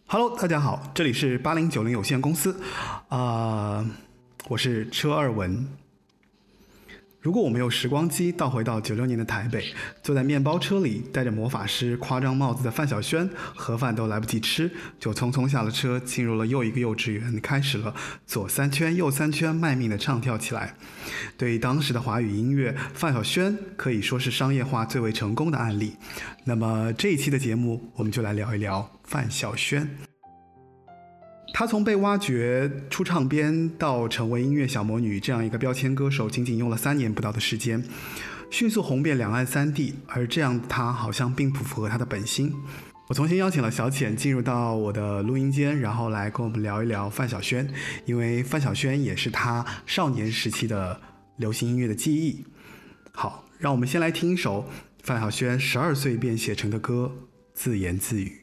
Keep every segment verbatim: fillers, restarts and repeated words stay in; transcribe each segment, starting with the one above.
Hello， 大家好，这里是八零九零有限公司，啊、呃，我是车二文。如果我们有时光机倒回到九六年的台北，坐在面包车里，戴着魔法师夸张帽子的范晓萱，盒饭都来不及吃，就匆匆下了车，进入了又一个幼稚园，开始了左三圈右三圈，卖命的唱跳起来。对于当时的华语音乐，范晓萱可以说是商业化最为成功的案例。那么这一期的节目，我们就来聊一聊范晓萱。她从被挖掘出唱片到成为音乐小魔女这样一个标签歌手，仅仅用了三年不到的时间，迅速红遍两岸三地。而这样的她好像并不符合她的本心。我重新邀请了小浅进入到我的录音间，然后来跟我们聊一聊范晓萱，因为范晓萱也是她少年时期的流行音乐的记忆。好，让我们先来听一首范晓萱十二岁便写成的歌《自言自语》。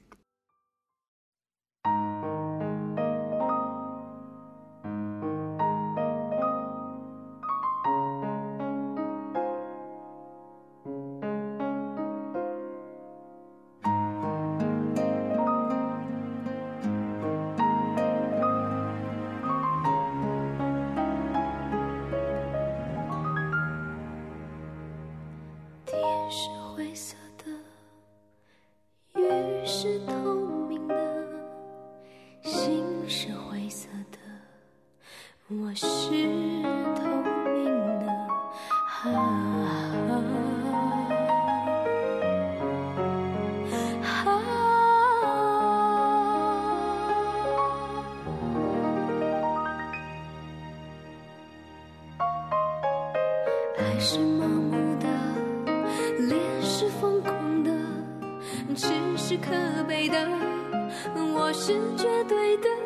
爱是盲目的，恋是疯狂的，痴是可悲的，我是绝对的。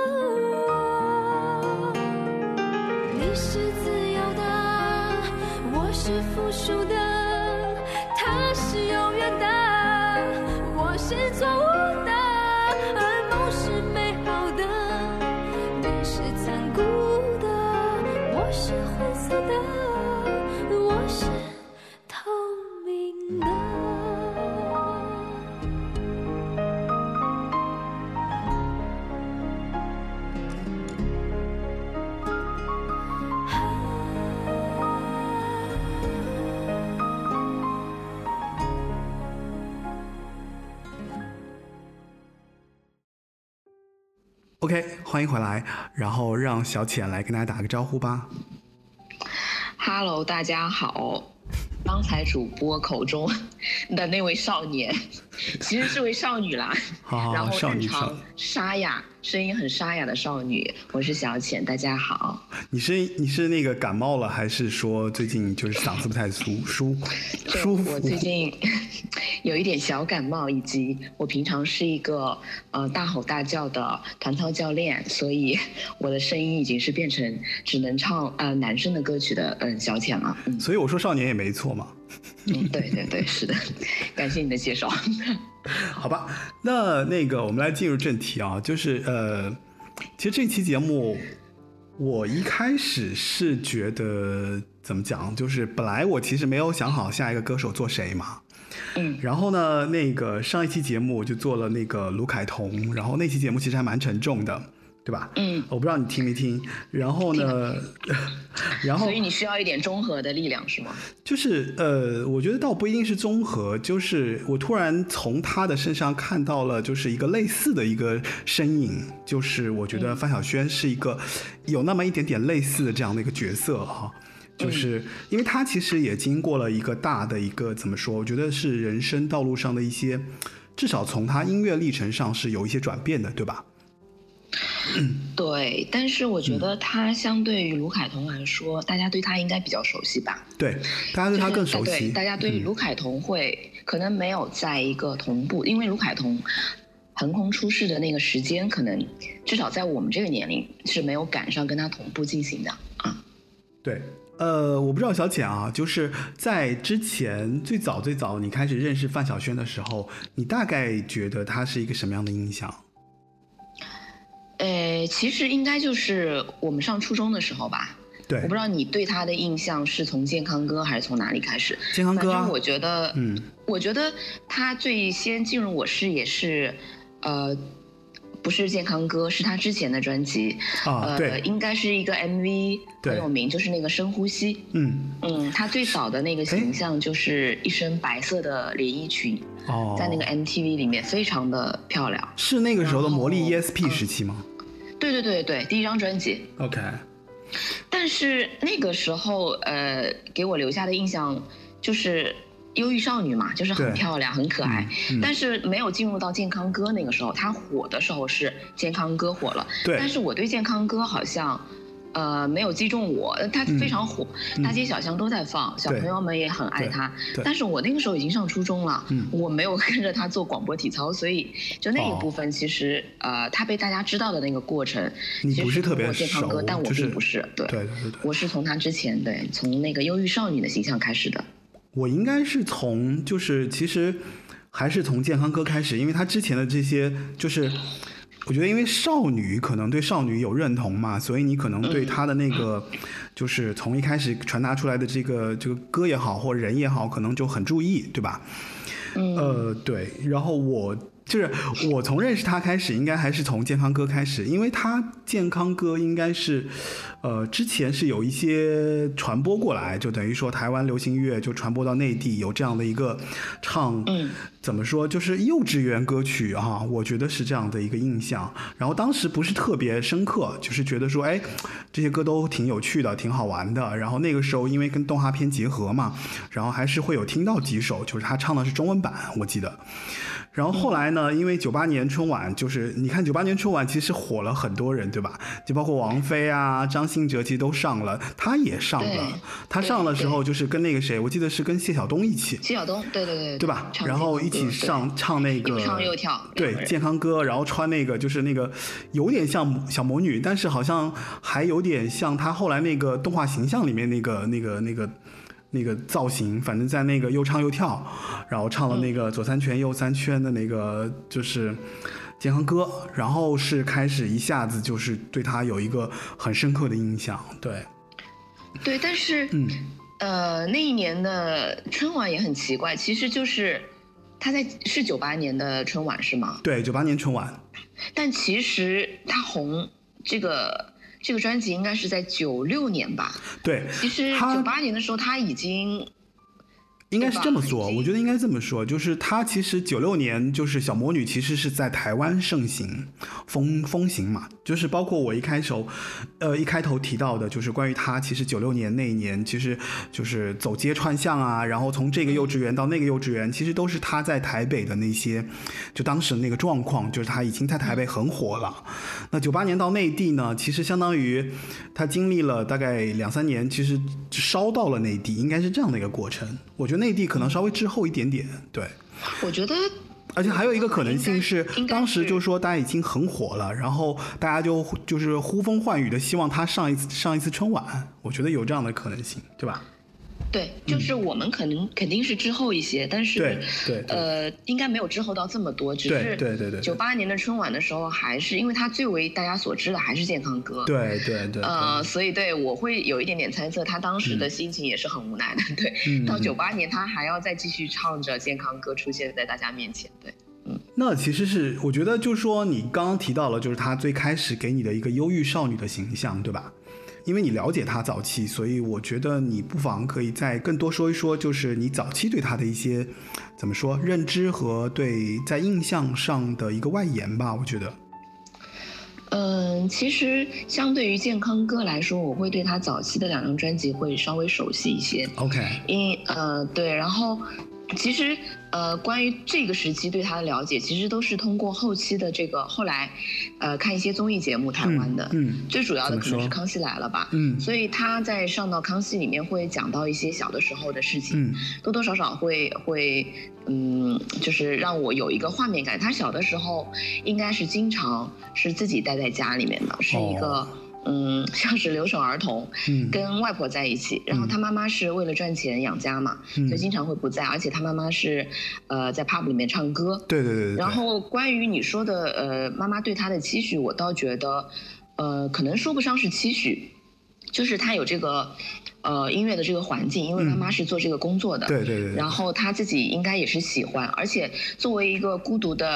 你是自由的，我是附属的，他是永远的，我是错误的，而梦是美好的，你是残酷的，我是灰色的，我是透明的。 OK， 欢迎回来，然后让小浅来跟大家打个招呼吧。 Hello， 大家好。刚才主播口中的那位少年，其实是位少女啦。 好好， 然后少女日常沙哑，声音很沙哑的少女。我是小浅，大家好。 你是你是那个感冒了，还是说最近就是嗓子不太舒舒舒服？ 我最近有一点小感冒，以及我平常是一个呃大吼大叫的团操教练，所以我的声音已经是变成只能唱呃男生的歌曲的嗯小浅了。嗯， 所以我说少年也没错嘛。 嗯，对对对，是的，感谢你的介绍。 好吧，那那个我们来进入正题啊，就是呃，其实这期节目我一开始是觉得怎么讲，就是本来我其实没有想好下一个歌手做谁嘛。 嗯， 然后呢，那个上一期节目我就做了那个卢凯彤，然后那期节目其实还蛮沉重的，对吧？ 嗯， 我不知道你听没听。然后呢，然后所以你需要一点综合的力量是吗？ 就是呃，我觉得倒不一定是综合，就是我突然从他的身上看到了就是一个类似的一个身影，就是我觉得范晓萱是一个有那么一点点类似的这样的一个角色哈。就是因为他其实也经过了一个大的一个怎么说，我觉得是人生道路上的一些，至少从他音乐历程上是有一些转变的，对吧？ 对，但是我觉得他相对于卢凯彤来说，大家对他应该比较熟悉吧？ 对，大家对他更熟悉。 就是、对，大家对卢凯彤会、嗯、可能没有在一个同步，因为卢凯彤横空出世的那个时间，可能至少在我们这个年龄是没有赶上跟他同步进行的啊。 对。呃，我不知道小浅啊，就是在之前最早最早你开始认识范晓萱的时候，你大概觉得她是一个什么样的印象？ 呃，其实应该就是我们上初中的时候吧。 对， 我不知道你对他的印象是从健康歌还是从哪里开始？ 健康歌啊， 反正我觉得，嗯，我觉得他最先进入我视野是，呃， 不是健康歌，是他之前的专辑啊，对， 呃，应该是一个 M V 很有名，就是那个深呼吸。 嗯嗯，他最早的那个形象就是一身白色的连衣裙， 哦， 在那个 M T V 里面非常的漂亮。 是那个时候的魔力 E S P 时期吗？ 嗯、对对对对，第一张专辑。 OK。 但是那个时候，呃，给我留下的印象就是忧郁少女嘛，就是很漂亮、很可爱。嗯嗯、但是没有进入到健康歌那个时候，她火的时候是健康歌火了。 对。 但是我对健康歌好像，呃，没有击中我。它非常火，嗯、大街小巷都在放，小朋友们也很爱它。但是我那个时候已经上初中了，嗯、我没有跟着他做广播体操，所以就那一部分其实，哦、呃，他被大家知道的那个过程， 你不是特别健康歌，但我并不是。对对对对， 我是从他之前，对，从那个忧郁少女的形象开始的。 我应该是从就是其实还是从健康歌开始，因为他之前的这些就是我觉得因为少女可能对少女有认同嘛，所以你可能对他的那个就是从一开始传达出来的这个这个歌也好或人也好，可能就很注意，对吧？ 嗯， 呃对，然后我就是我从认识他开始应该还是从健康歌开始，因为他健康歌应该是呃之前是有一些传播过来，就等于说台湾流行乐就传播到内地，有这样的一个唱， 嗯， 怎么说就是幼稚园歌曲啊，我觉得是这样的一个印象。然后当时不是特别深刻，就是觉得说哎这些歌都挺有趣的挺好玩的，然后那个时候因为跟动画片结合嘛，然后还是会有听到几首，就是他唱的是中文版我记得。然后后来呢，因为九八年春晚，就是你看九八年春晚其实火了很多人，对吧？就包括王菲啊、张信哲其实都上了，他也上了。他上的时候就是跟那个谁，我记得是跟谢晓东一起。 谢晓东，对对对， 对吧？然后一起上唱那个又唱又跳， 对健康歌，然后穿那个就是那个有点像小魔女，但是好像还有点像他后来那个动画形象里面那个那个那个。那个造型，反正在那个又唱又跳，然后唱了那个左三圈右三圈的那个就是健康歌，然后是开始一下子就是对他有一个很深刻的印象。对， 对，但是嗯，呃，那一年的春晚也很奇怪，其实就是他在是九八年的春晚是吗？ 对，九八年春晚。 但其实他红这个。这个专辑应该是在九六年吧？ 对， 其实九八年的时候他已经， 应该是这么说，我觉得应该这么说，就是他其实九六年就是小魔女其实是在台湾盛行风风行嘛，就是包括我一开首，呃一开头提到的，就是关于他其实九六年那一年其实就是走街串巷啊，然后从这个幼稚园到那个幼稚园，其实都是他在台北的那些，就当时那个状况，就是他已经在台北很火了。那九八年到内地呢，其实相当于他经历了大概两三年，其实烧到了内地，应该是这样的一个过程。我觉得内地可能稍微滞后一点点，对。 我觉得， 而且还有一个可能性是，当时就说大家已经很火了，然后大家就就是呼风唤雨的希望他上一次上一次春晚，我觉得有这样的可能性，对吧？ 对，就是我们可能、嗯、肯定是滞后一些，但是对对对呃，应该没有滞后到这么多，只是对对对九八年的春晚的时候，还是因为它最为大家所知的还是健康歌， 对对 对, 对， 呃，所以对我会有一点点猜测，他当时的心情也是很无奈的，嗯、对，嗯、到九八年他还要再继续唱着健康歌出现在大家面前，对。嗯， 那其实是我觉得就是说你刚刚提到了，就是他最开始给你的一个忧郁少女的形象，对吧？因为你了解他早期，所以我觉得你不妨可以再更多说一说，就是你早期对他的一些怎么说认知和对在印象上的一个外延吧，我觉得。 嗯，其实相对于健康歌来说，我会对他早期的两张专辑会稍微熟悉一些。 OK。 因呃对，然后其实呃关于这个时期对他的了解，其实都是通过后期的这个后来，呃看一些综艺节目台湾的， 嗯，嗯最主要的可能是《康熙来了》吧， 嗯， 所以他在上到康熙里面会讲到一些小的时候的事情， 嗯， 多多少少会会嗯，就是让我有一个画面感。他小的时候应该是经常是自己待在家里面的，是一个。哦嗯，像是留守儿童，嗯，跟外婆在一起，然后他妈妈是为了赚钱养家嘛，嗯，所以经常会不在，而且他妈妈是，呃，在 pub 里面唱歌， 对对 对, 对。 然后关于你说的，呃，妈妈对他的期许，我倒觉得，呃，可能说不上是期许，就是他有这个，呃，音乐的这个环境，因为妈妈是做这个工作的， 嗯，对对 对, 对。 然后他自己应该也是喜欢，而且作为一个孤独的。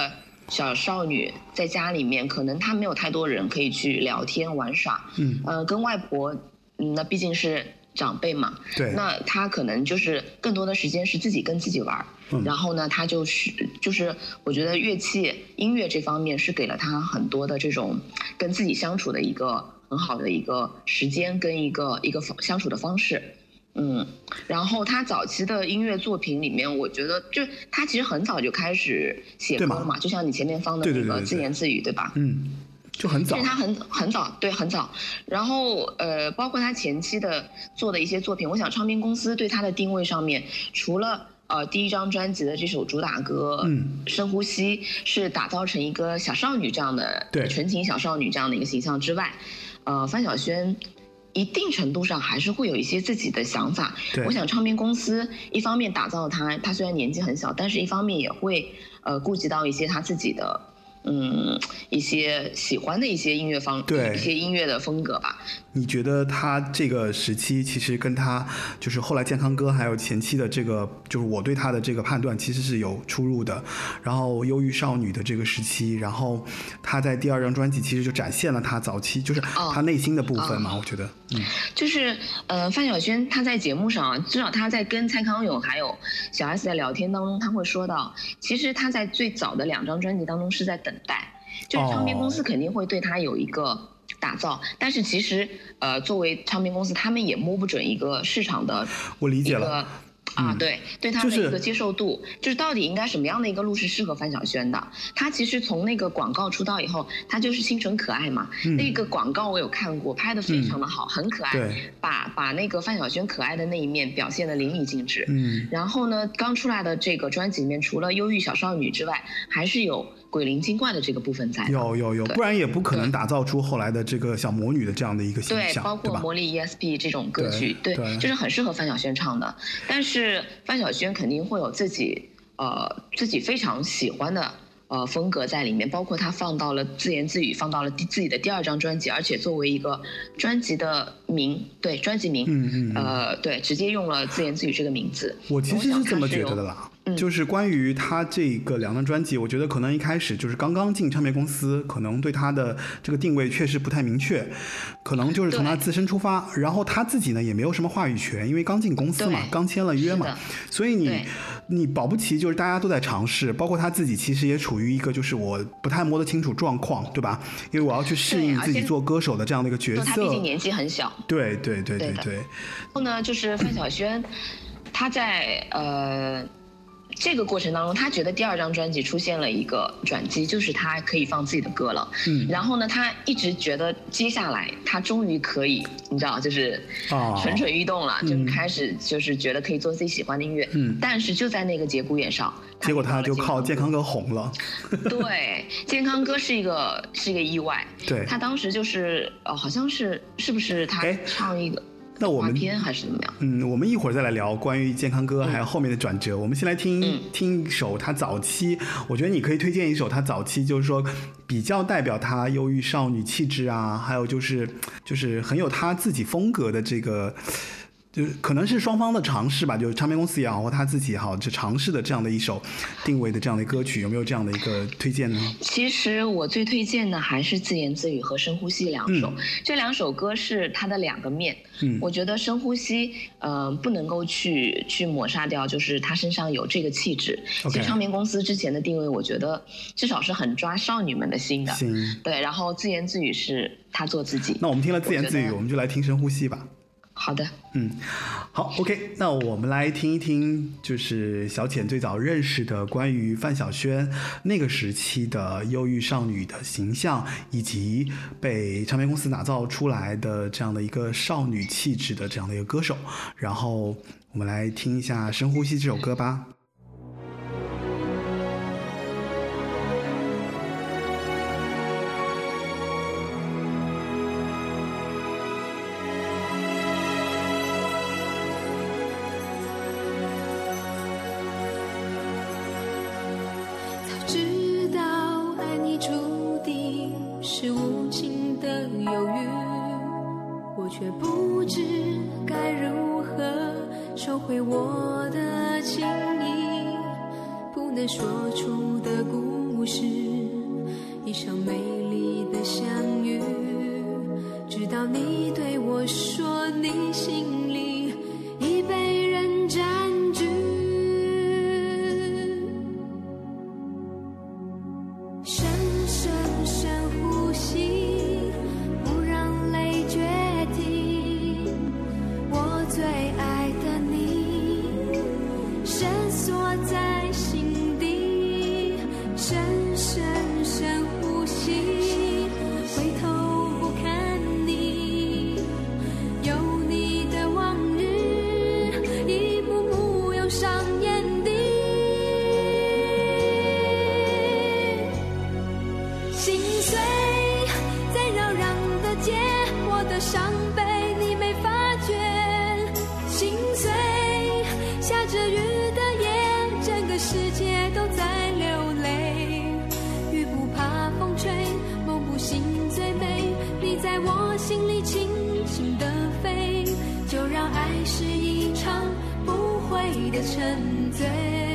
小少女在家里面，可能她没有太多人可以去聊天玩耍， 嗯， 呃，跟外婆，嗯，那毕竟是长辈嘛， 对， 那她可能就是更多的时间是自己跟自己玩，嗯，然后呢，她就是就是我觉得乐器音乐这方面是给了她很多的这种跟自己相处的一个很好的一个时间跟一个一个相处的方式。嗯，然后他早期的音乐作品里面，我觉得就他其实很早就开始写歌嘛，就像你前面放的那个自言自语， 对, 对, 对, 对, 对, 对吧？ 嗯，就很早。 其实他很很早，对，很早。然后呃，包括他前期的做的一些作品，我想唱片公司对他的定位上面，除了呃第一张专辑的这首主打歌，嗯，深呼吸是打造成一个小少女这样的，对，纯情小少女这样的一个形象之外，呃，范晓萱一定程度上还是会有一些自己的想法。我想唱片公司一方面打造他，他虽然年纪很小，但是一方面也会呃顾及到一些他自己的嗯一些喜欢的一些音乐方，对，一些音乐的风格吧。 你觉得他这个时期其实跟他就是后来健康歌还有前期的这个，就是我对他的这个判断其实是有出入的。然后忧郁少女的这个时期，然后他在第二张专辑其实就展现了他早期就是他内心的部分嘛，哦、我觉得，嗯， 就是呃范晓萱他在节目上，至少他在跟蔡康永还有小 S 在聊天当中，他会说到，其实他在最早的两张专辑当中是在等待，就是唱片公司肯定会对他有一个打造，哦、但是其实呃作为唱片公司，他们也摸不准一个市场的， 我理解了。 啊，对，对他的一个接受度，就是、就是到底应该什么样的一个路是适合范晓萱的？他其实从那个广告出道以后，他就是清纯可爱嘛。嗯、那个广告我有看过，拍的非常的好，嗯、很可爱，对，把把那个范晓萱可爱的那一面表现的淋漓尽致。嗯，然后呢，刚出来的这个专辑里面，除了忧郁小少女之外，还是有鬼灵精怪的这个部分在。 有有有，不然也不可能打造出后来的这个小魔女的这样的一个形象， 对，包括魔力 E S P 这种歌曲，对，对，就是很适合范晓萱唱的，但是。是范晓萱肯定会有自己呃自己非常喜欢的呃风格在里面，包括她放到了自言自语，放到了第自己的第二张专辑，而且作为一个专辑的名，对，专辑名，嗯嗯，呃对，直接用了自言自语这个名字。 我其实是这么觉得的啦。就是关于他这个两张专辑，我觉得可能一开始就是刚刚进唱片公司，可能对他的这个定位确实不太明确，可能就是从他自身出发，然后他自己呢也没有什么话语权，因为刚进公司嘛，刚签了约嘛，所以你你保不齐就是大家都在尝试，包括他自己其实也处于一个就是我不太摸得清楚状况，对吧？因为我要去适应自己做歌手的这样的一个角色。 他毕竟年纪很小。 对对对对 对, 对。然后呢，就是范晓萱，他在呃。这个过程当中，他觉得第二张专辑出现了一个转机，就是他可以放自己的歌了。嗯，然后呢，他一直觉得接下来他终于可以，你知道，就是蠢蠢欲动了，哦、就开始就是觉得可以做自己喜欢的音乐。嗯，但是就在那个节骨眼上， 结果他就靠健康歌红了。 对，健康歌是一个是一个意外。 对， 他当时就是呃，好像是是不是他唱一个。 那我们片还是怎么样？ 嗯，我们一会儿再来聊关于健康歌还有后面的转折。嗯、我们先来听、嗯、听一首他早期，我觉得你可以推荐一首他早期，就是说比较代表他忧郁少女气质啊，还有就是就是很有他自己风格的这个。就是可能是双方的尝试吧，就是唱片公司也好，或他自己也好，就尝试的这样的一首定位的这样的歌曲，有没有这样的一个推荐呢？ 其实我最推荐的还是自言自语和深呼吸两首，嗯、这两首歌是它的两个面。嗯，我觉得深呼吸，呃，不能够去去抹杀掉，就是他身上有这个气质。Okay. 其实唱片公司之前的定位，我觉得至少是很抓少女们的心的。对，然后自言自语是他做自己。 那我们听了自言自语，我, 我们就来听深呼吸吧。 好的， 嗯，好 ，OK， 那我们来听一听，就是小浅最早认识的关于范晓萱那个时期的忧郁少女的形象，以及被唱片公司打造出来的这样的一个少女气质的这样的一个歌手。然后我们来听一下《深呼吸》这首歌吧。 却不知该如何收回我的情意。 的相遇，直到你对我说你心里已被人占据。深深深呼吸，不让泪决堤，我最爱的你深锁在心底。深深深呼吸，回头不看你，有你的往日一幕幕涌上眼底。心碎在扰攘的街，我的伤悲你没发觉。心碎下着雨的夜，整个世界都在流泪。雨不怕风吹，梦不醒最美，你在我心里轻轻地飞。就让爱是一场不悔的沉醉，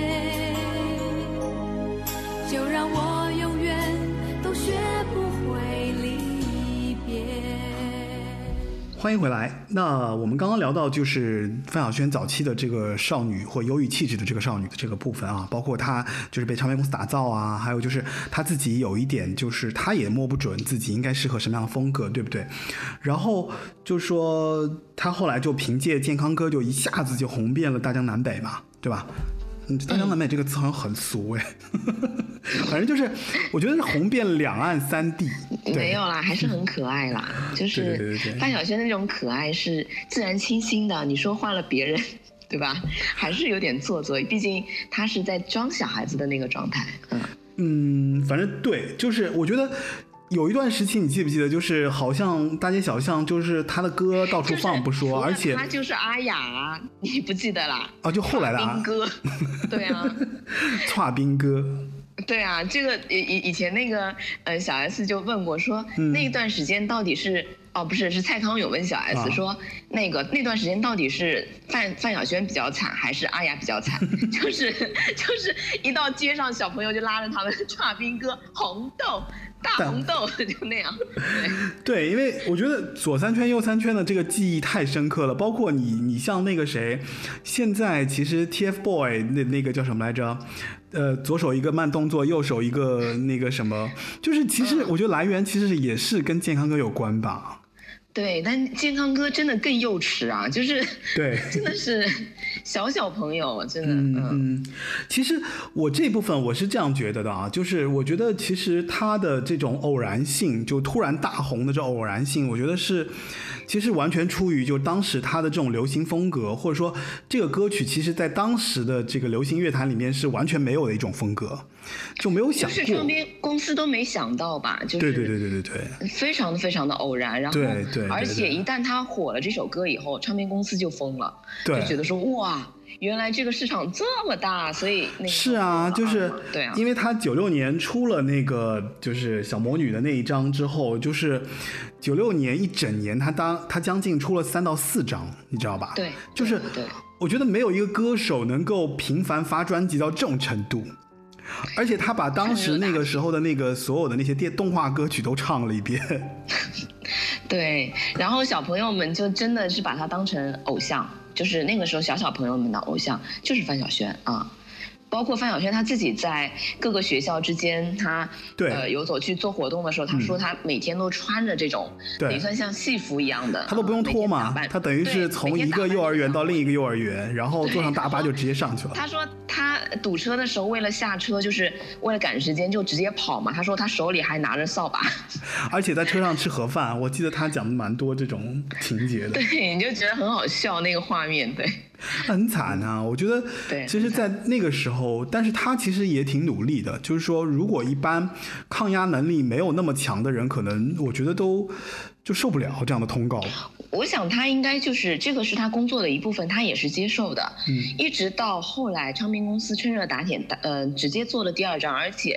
就让我永远都学不会离别。 欢迎回来。那我们刚刚聊到就是范晓萱早期的这个少女或忧郁气质的这个少女的这个部分啊，包括她就是被唱片公司打造啊，还有就是她自己有一点就是她也摸不准自己应该适合什么样的风格，对不对？然后就说她后来就凭借健康歌就一下子就红遍了大江南北嘛，对吧？嗯，大江南北这个词好像很俗哎，反正就是我觉得是红遍两岸三地。 没有啦，还是很可爱啦。就是范晓萱那种可爱是自然清新的，你说换了别人，对吧？还是有点做作，毕竟她是在装小孩子的那个状态。嗯嗯，反正对，就是我觉得。有一段时期你记不记得，就是好像大街小巷就是他的歌到处放不说，就是、而且他就是阿雅，你不记得啦？ 啊，就后来的啊，兵哥，对啊， 跨兵哥。 对啊，这个以以以前那个呃小 S 就问过说、嗯、那段时间到底是哦不是是蔡康永问小 S、啊、说那个那段时间到底是范范晓萱比较惨还是阿雅比较惨？就是就是一到街上小朋友就拉着他们跨兵哥红豆。大红豆就那样， 对对，因为我觉得左三圈右三圈的这个记忆太深刻了，包括你，你像那个谁，现在其实 T F BOY 那那个叫什么来着？呃，左手一个慢动作，右手一个那个什么，就是其实我觉得来源其实也是跟健康歌有关吧。 对，但健康歌真的更幼稚啊，就是对， 真的是小小朋友，真的。 嗯嗯，其实我这部分我是这样觉得的啊，就是我觉得其实他的这种偶然性，就突然大红的这偶然性，我觉得是。其实完全出于就当时他的这种流行风格，或者说这个歌曲其实在当时的这个流行乐坛里面是完全没有的一种风格，就没有想过， 就是唱片公司都没想到吧？就是对对对对对对， 非常的非常的偶然。然后对对对对， 而且一旦他火了这首歌以后，唱片公司就疯了， 对， 就觉得说哇。原来这个市场这么大，所以那个是啊，就是对啊， 因为他九六年出了那个就是小魔女的那一张之后，就是九六年一整年他当他将近出了三到四张，你知道吧？ 对， 就是对， 我觉得没有一个歌手能够频繁发专辑到这种程度，而且他把当时那个时候的那个所有的那些电动画歌曲都唱了一遍。 对，然后小朋友们就真的是把他当成偶像。就是那个时候小小朋友们的偶像就是范晓萱啊，包括范晓萱她自己在各个学校之间，她呃游走去做活动的时候，她说她每天都穿着这种也算像戏服一样的， 她都不用脱嘛，她等于是从一个幼儿园到另一个幼儿园，然后坐上大巴就直接上去了。 她说她堵车的时候为了下车，就是为了赶时间就直接跑嘛。她说她手里还拿着扫把， 而且在车上吃盒饭，我记得她讲的蛮多这种情节的。 对，你就觉得很好笑那个画面，对。 很惨啊，我觉得其实在那个时候，但是他其实也挺努力的，就是说如果一般抗压能力没有那么强的人，可能我觉得都就受不了这样的通告。 我想他应该就是这个是他工作的一部分，他也是接受的。嗯，一直到后来唱片公司趁热打铁，呃，直接做了第二张，而且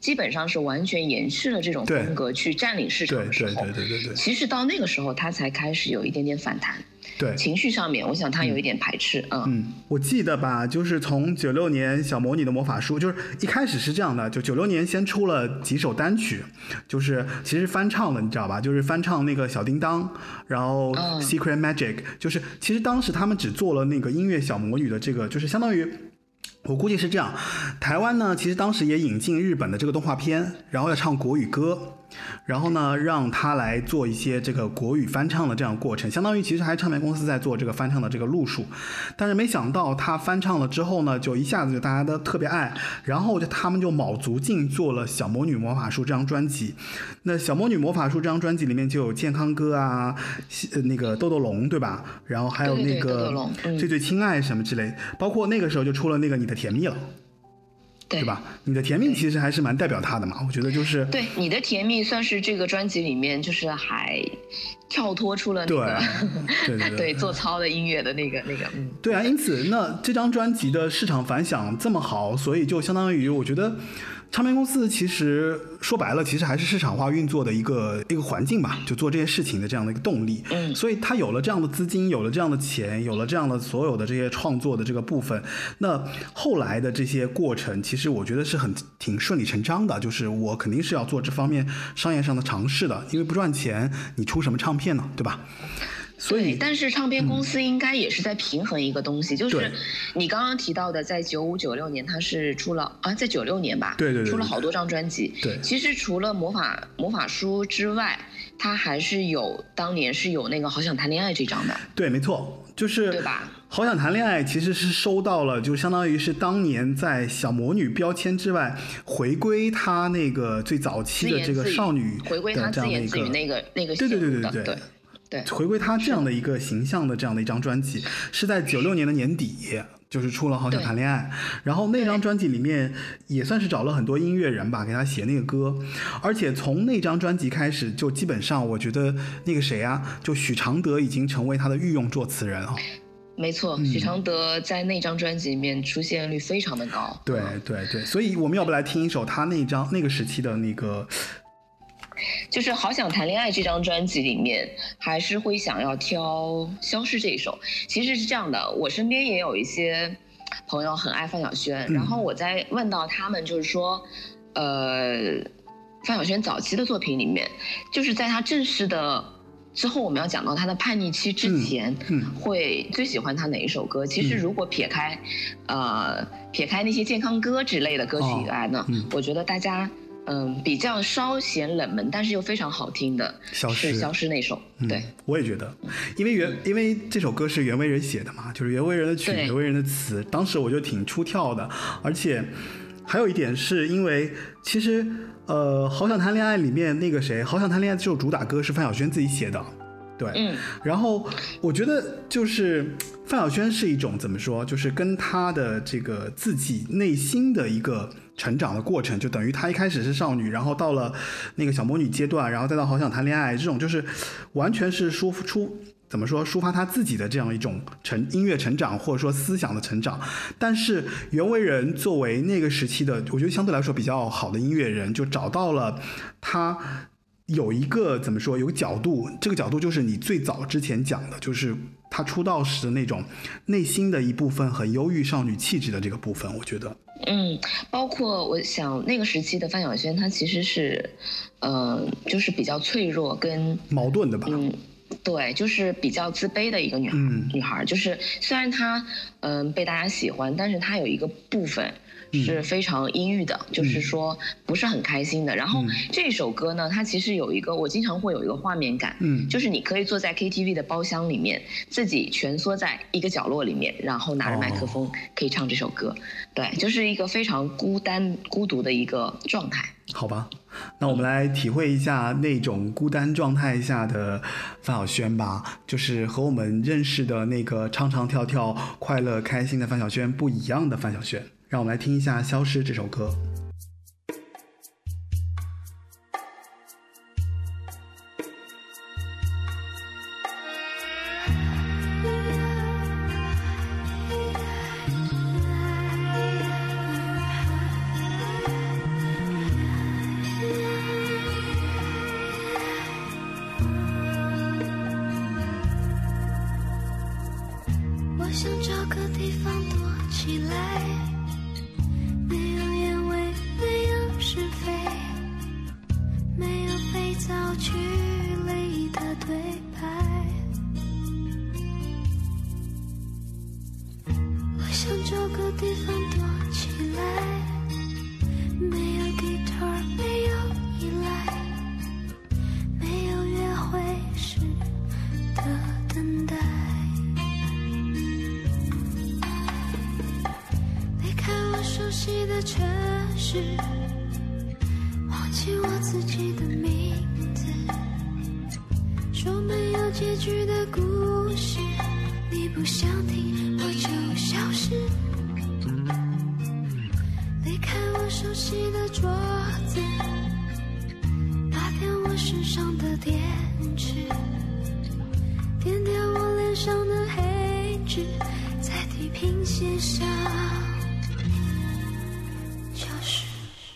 基本上是完全延续了这种风格去占领市场的时候， 对对对对对对， 其实到那个时候他才开始有一点点反弹。 对， 情绪上面，我想他有一点排斥。嗯嗯，我记得吧，就是从九六年小魔女的魔法书，就是一开始是这样的，就九六年先出了几首单曲，就是其实翻唱的，你知道吧？就是翻唱那个小叮当，然后 Secret Magic，、嗯、就是其实当时他们只做了那个音乐小魔女的这个，就是相当于。我估计是这样，台湾呢，其实当时也引进日本的这个动画片，然后要唱国语歌，然后呢，让他来做一些这个国语翻唱的这样的过程，相当于其实还是唱片公司在做这个翻唱的这个路数，但是没想到他翻唱了之后呢，就一下子就大家都特别爱，然后就他们就卯足劲做了《小魔女魔法书》这张专辑。那《小魔女魔法书》这张专辑里面就有健康歌啊，那个豆豆龙对吧？然后还有那个最最亲爱什么之类，包括那个时候就出了那个你的甜蜜了。对, 对吧？你的甜蜜其实还是蛮代表他的嘛，我觉得就是对你的甜蜜算是这个专辑里面就是还跳脱出了那个对对 对, 对, 对做操的音乐的那个那个嗯对啊，因此那这张专辑的市场反响这么好，所以就相当于我觉得唱片公司其实说白了其实还是市场化运作的一个一个环境吧，就做这些事情的这样的一个动力。 嗯， 所以他有了这样的资金，有了这样的钱，有了这样的所有的这些创作的这个部分，那后来的这些过程其实我觉得是很挺顺理成章的，就是我肯定是要做这方面商业上的尝试的，因为不赚钱你出什么唱片呢，对吧？所以， 但是唱片公司应该也是在平衡一个东西，嗯、就是你刚刚提到的，在九五九六年，它是出了啊，在九六年吧， 对 对, 对, 对， 出了好多张专辑。 对， 其实除了魔法魔法书之外，它还是有当年是有那个好想谈恋爱这张的。 对，没错，就是对吧？ 好想谈恋爱其实是收到了，就相当于是当年在小魔女标签之外，回归她那个最早期的这个少女回归她自言自语那个那个对对对对对对。对， 回归他这样的一个形象的这样的一张专辑，是在九六年的年底，就是出了《好想谈恋爱》，然后那张专辑里面也算是找了很多音乐人吧，给他写那个歌，而且从那张专辑开始，就基本上我觉得那个谁啊，就许常德已经成为他的御用作词人啊。 没错，许常德在那张专辑里面出现率非常的高。 对对对，所以我们要不来听一首他那张那个时期的那个。 就是好想谈恋爱这张专辑里面还是会想要挑消失这一首。其实是这样的，我身边也有一些朋友很爱范晓萱、嗯、然后我在问到他们就是说呃，范晓萱早期的作品里面，就是在她正式的之后我们要讲到她的叛逆期之前、嗯嗯、会最喜欢她哪一首歌。其实如果撇开、嗯、呃撇开那些健康歌之类的歌曲以外呢、哦嗯、我觉得大家嗯，比较稍显冷门，但是又非常好听的消失是消失那首、嗯、对， 我也觉得，因为原因为这首歌是袁惟仁写的嘛，就是袁惟仁的曲，袁惟仁的词，当时我就挺出跳的。而且还有一点是因为其实呃，好想谈恋爱里面那个谁，好想谈恋爱这首主打歌是范晓萱自己写的。对， 嗯， 然后我觉得就是范晓萱是一种怎么说，就是跟她的这个自己内心的一个成长的过程，就等于她一开始是少女，然后到了那个小魔女阶段，然后再到好想谈恋爱，这种就是完全是抒出怎么说抒发她自己的这样一种成音乐成长或者说思想的成长。但是袁惟仁作为那个时期的我觉得相对来说比较好的音乐人，就找到了他有一个怎么说有个角度，这个角度就是你最早之前讲的，就是他出道时的那种内心的一部分很忧郁少女气质的这个部分。我觉得嗯，包括我想那个时期的范晓萱她其实是呃就是比较脆弱跟矛盾的吧。 嗯，对，就是比较自卑的一个女孩、嗯、女孩就是虽然她嗯、呃、被大家喜欢，但是她有一个部分是非常阴郁的、嗯、就是说不是很开心的。然后这首歌呢，它其实有一个我经常会有一个画面感， 嗯， 就是你可以坐在 K T V 的包厢里面，自己蜷缩在一个角落里面，然后拿着麦克风可以唱这首歌、哦、对，就是一个非常孤单孤独的一个状态。 好吧，那我们来体会一下那种孤单状态下的范晓萱吧，就是和我们认识的那个唱唱跳跳快乐开心的范晓萱不一样的范晓萱。让我们来听一下《消失》这首歌。 我想找个地方躲起来，没有烟味，没有是非，没有被造句类的对白。我想找个地方躲起来，没有 guitar， 没有依赖，没有约会时的等待。离开我熟悉的城市，忘记我自己的名字，说没有结局的故事，你不想听我就消失。离开我熟悉的桌子，拔掉我身上的电池，点掉我脸上的黑痣，在地平线上消失。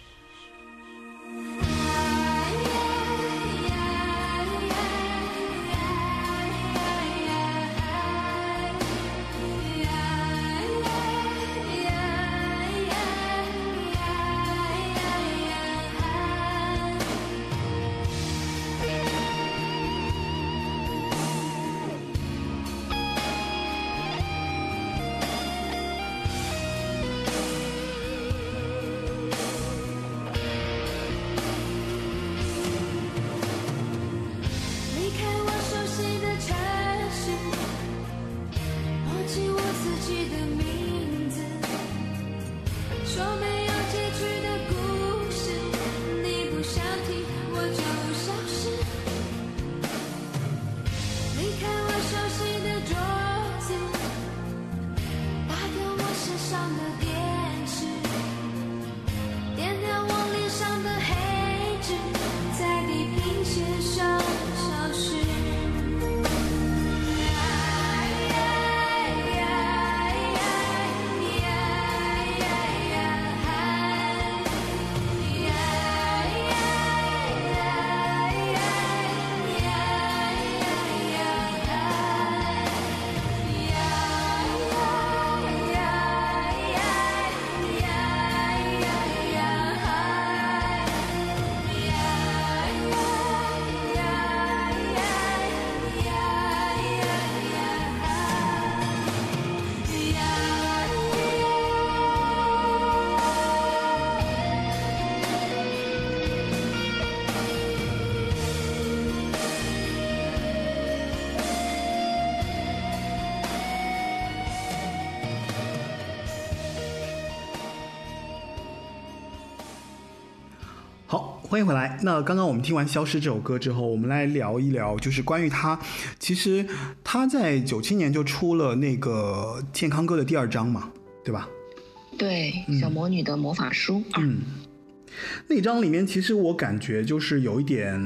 欢迎回来。那刚刚我们听完《消失》这首歌之后，我们来聊一聊，就是关于他。其实他在九七年就出了那个健康歌的第二章嘛，对吧？ 对，小魔女的魔法书。 嗯，那章里面其实我感觉就是有一点，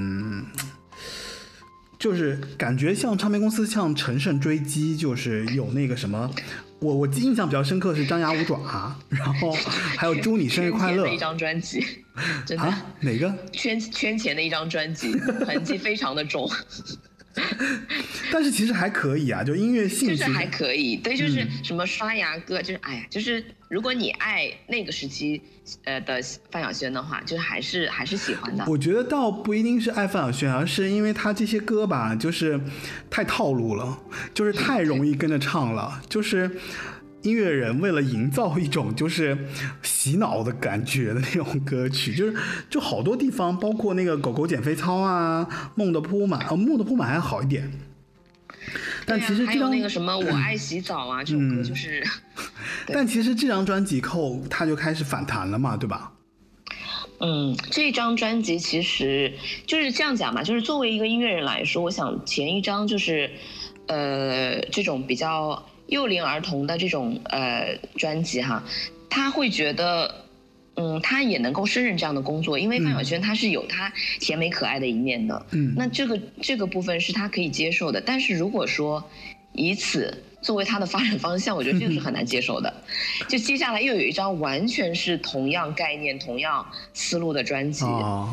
就是感觉像唱片公司向陈胜追击，就是有那个什么。我我印象比较深刻的是张牙舞爪，然后还有祝你生日快乐的一张专辑，真的啊？哪个？ 圈圈钱的一张专辑，痕迹非常的重。 但是其实还可以啊，就音乐性质就是还可以，对，就是什么刷牙歌，嗯、就是哎呀，就是如果你爱那个时期呃的范晓萱的话，就是还是还是喜欢的。 我觉得倒不一定是爱范晓萱，而是因为他这些歌吧，就是太套路了，就是太容易跟着唱了，就是音乐人为了营造一种就是洗脑的感觉的那种歌曲，就是就好多地方，包括那个狗狗减肥操啊，梦的铺满，呃，梦的铺满还好一点。但其实这张、 啊、还有那个什么我爱洗澡啊、嗯、这首歌就是、 嗯、但其实这张专辑后他就开始反弹了嘛，对吧？ 嗯，这张专辑其实就是这样讲嘛，就是作为一个音乐人来说，我想前一张就是呃这种比较幼龄儿童的这种呃专辑哈，他会觉得嗯，他也能够胜任这样的工作，因为范晓萱她是有她甜美可爱的一面的，嗯，那这个这个部分是他可以接受的。但是如果说以此作为他的发展方向，我觉得这个是很难接受的。就接下来又有一张完全是同样概念、同样思路的专辑， 哦，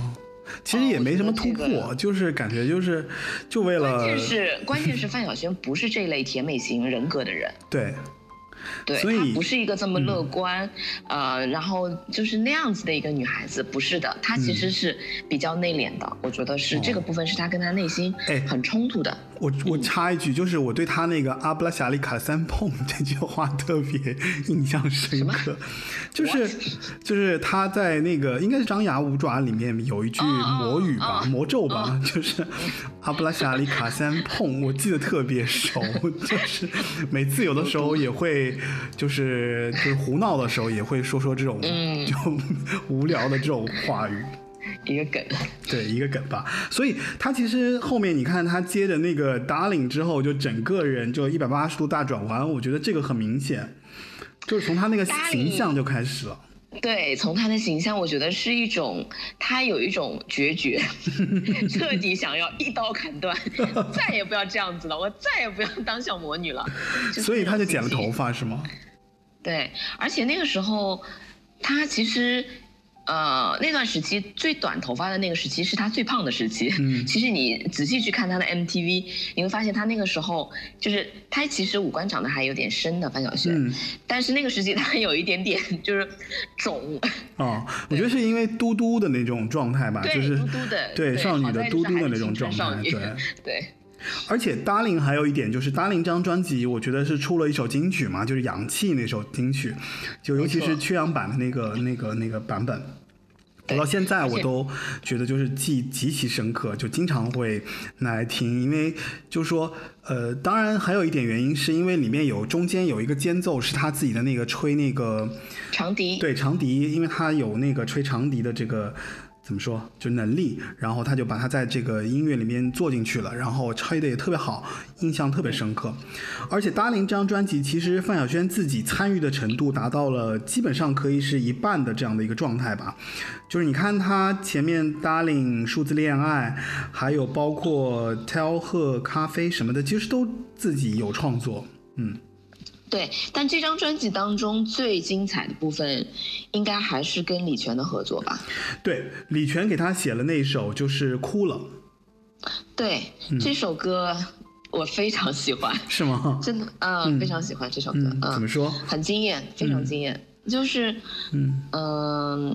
其实也没什么突破， 哦这个、 就是感觉就是就为了。 关键是关键是范晓萱不是这类甜美型人格的人。 对。 对， 所以她不是一个这么乐观、嗯，呃，然后就是那样子的一个女孩子，不是的，她其实是比较内敛的，嗯、我觉得是、哦、这个部分是她跟她内心很冲突的。 我我插一句，就是我对她那个阿布拉夏里卡三碰这句话特别印象深刻，就是就是她在那个应该是张牙舞爪里面有一句魔语吧， oh, oh, 魔咒吧， oh. 就是阿布拉夏里卡三碰，我记得特别熟，就是每次有的时候也会。就是就是胡闹的时候也会说说这种、嗯、就无聊的这种话语， 一个梗， 对，一个梗吧。所以他其实后面你看他接着那个 Darling 之后，就整个人就一百八十度大转弯，我觉得这个很明显，就是从他那个形象就开始了。 对，从他的形象，我觉得是一种，他有一种决绝，彻底想要一刀砍断，再也不要这样子了，我再也不要当小魔女了。就是、 所以他就剪了头发是吗？ 对，而且那个时候，他其实。呃，那段时期最短头发的那个时期是他最胖的时期。嗯，其实你仔细去看他的 M T V， 你会发现他那个时候就是他其实五官长得还有点深的范晓萱、嗯，但是那个时期他有一点点就是肿。 哦，我觉得是因为嘟嘟的那种状态吧，就是嘟嘟的， 对少女的嘟嘟的那种状态，对对。 而且 Darling 还有一点就是 Darling 这张专辑，我觉得是出了一首金曲嘛，就是氧气那首金曲，就尤其是缺氧版的那个那个那个版本。我到现在我都觉得就是记忆极其深刻，就经常会拿来听，因为就是说呃，当然还有一点原因是因为里面有中间有一个间奏是他自己的那个吹那个长笛， 对长笛，因为他有那个吹长笛的这个怎么说就能力，然后他就把他在这个音乐里面做进去了，然后吹的也特别好，印象特别深刻。而且 Darling 这张专辑其实范晓萱自己参与的程度达到了基本上可以是一半的这样的一个状态吧，就是你看他前面 Darling 数字恋爱还有包括 Tell 喝咖啡什么的其实都自己有创作。嗯， 对，但这张专辑当中最精彩的部分应该还是跟李泉的合作吧。 对，李泉给他写了那首就是哭了。 对、嗯、这首歌我非常喜欢。是吗？ 真的、呃、嗯，非常喜欢这首歌、 嗯嗯、怎么说很惊艳，非常惊艳、嗯、就是嗯嗯、呃、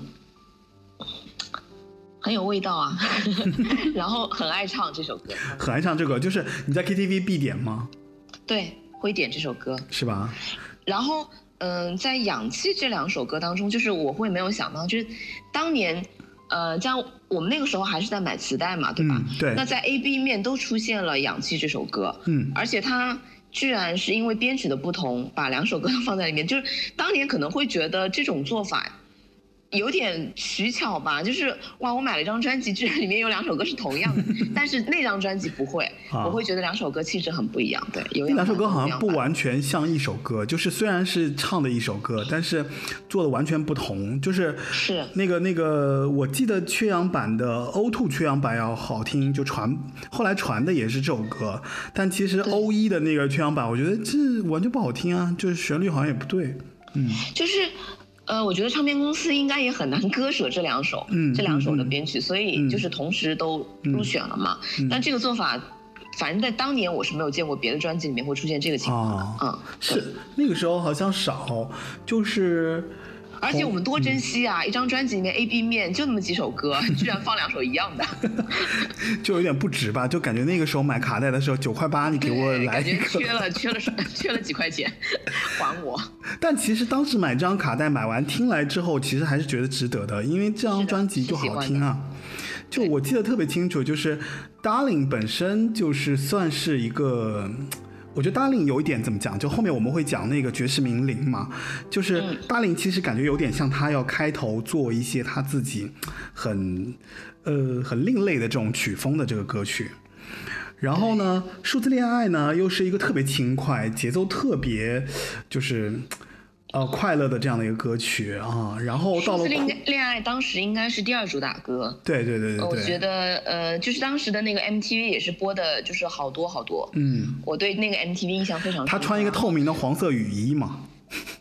很有味道啊然后很爱唱这首歌很爱唱这个，就是你在 K T V 必点吗？ 对，会点这首歌是吧？ 然后嗯、呃，在氧气这两首歌当中，就是我会没有想到，就是当年呃，这样我们那个时候还是在买磁带嘛，对吧？ 嗯、对。 那在 A B 面都出现了氧气这首歌， 嗯， 而且它居然是因为编曲的不同，把两首歌都放在里面，就是当年可能会觉得这种做法有点取巧吧，就是哇，我买了一张专辑，居然里面有两首歌是同样的，但是那张专辑不会、啊，我会觉得两首歌气质很不一样。对，有两首歌好像不完全像一首歌，就是虽然是唱的一首歌，但是做的完全不同。就是是那个那个，我记得缺氧版的 O 二 缺氧版要好听，就传后来传的也是这首歌，但其实 O 一 的那个缺氧版，我觉得这完全不好听啊，就是旋律好像也不对。嗯， 就是。呃，我觉得唱片公司应该也很难割舍这两首，嗯，这两首的编曲、嗯，所以就是同时都入选了嘛。嗯、但这个做法，反正在当年我是没有见过别的专辑里面会出现这个情况的。啊、 嗯，是那个时候好像少，就是。 而且我们多珍惜啊！嗯、一张专辑里面 A B 面就那么几首歌，居然放两首一样的， 就有点不值吧？就感觉那个时候买卡带的时候九块八，你给我来一个， 缺了缺了缺了几块钱，还我。 但其实当时买这张卡带买完听来之后，其实还是觉得值得的，因为这张专辑就好听啊。就我记得特别清楚，就是 Darling 本身就是算是一个。我觉得 Darling 有一点怎么讲，就后面我们会讲那个爵士名伶嘛，就是 Darling 其实感觉有点像他要开头做一些他自己很呃很另类的这种曲风的这个歌曲。然后呢，数字恋爱呢又是一个特别轻快、节奏特别就是呃快乐的这样的一个歌曲啊。然后到了数字恋爱当时应该是第二主打歌。 对对对对对。 我觉得呃就是当时的那个 M T V 也是播的就是好多好多。 嗯。 我对那个 M T V 印象非常深。 他穿一个透明的黄色雨衣嘛。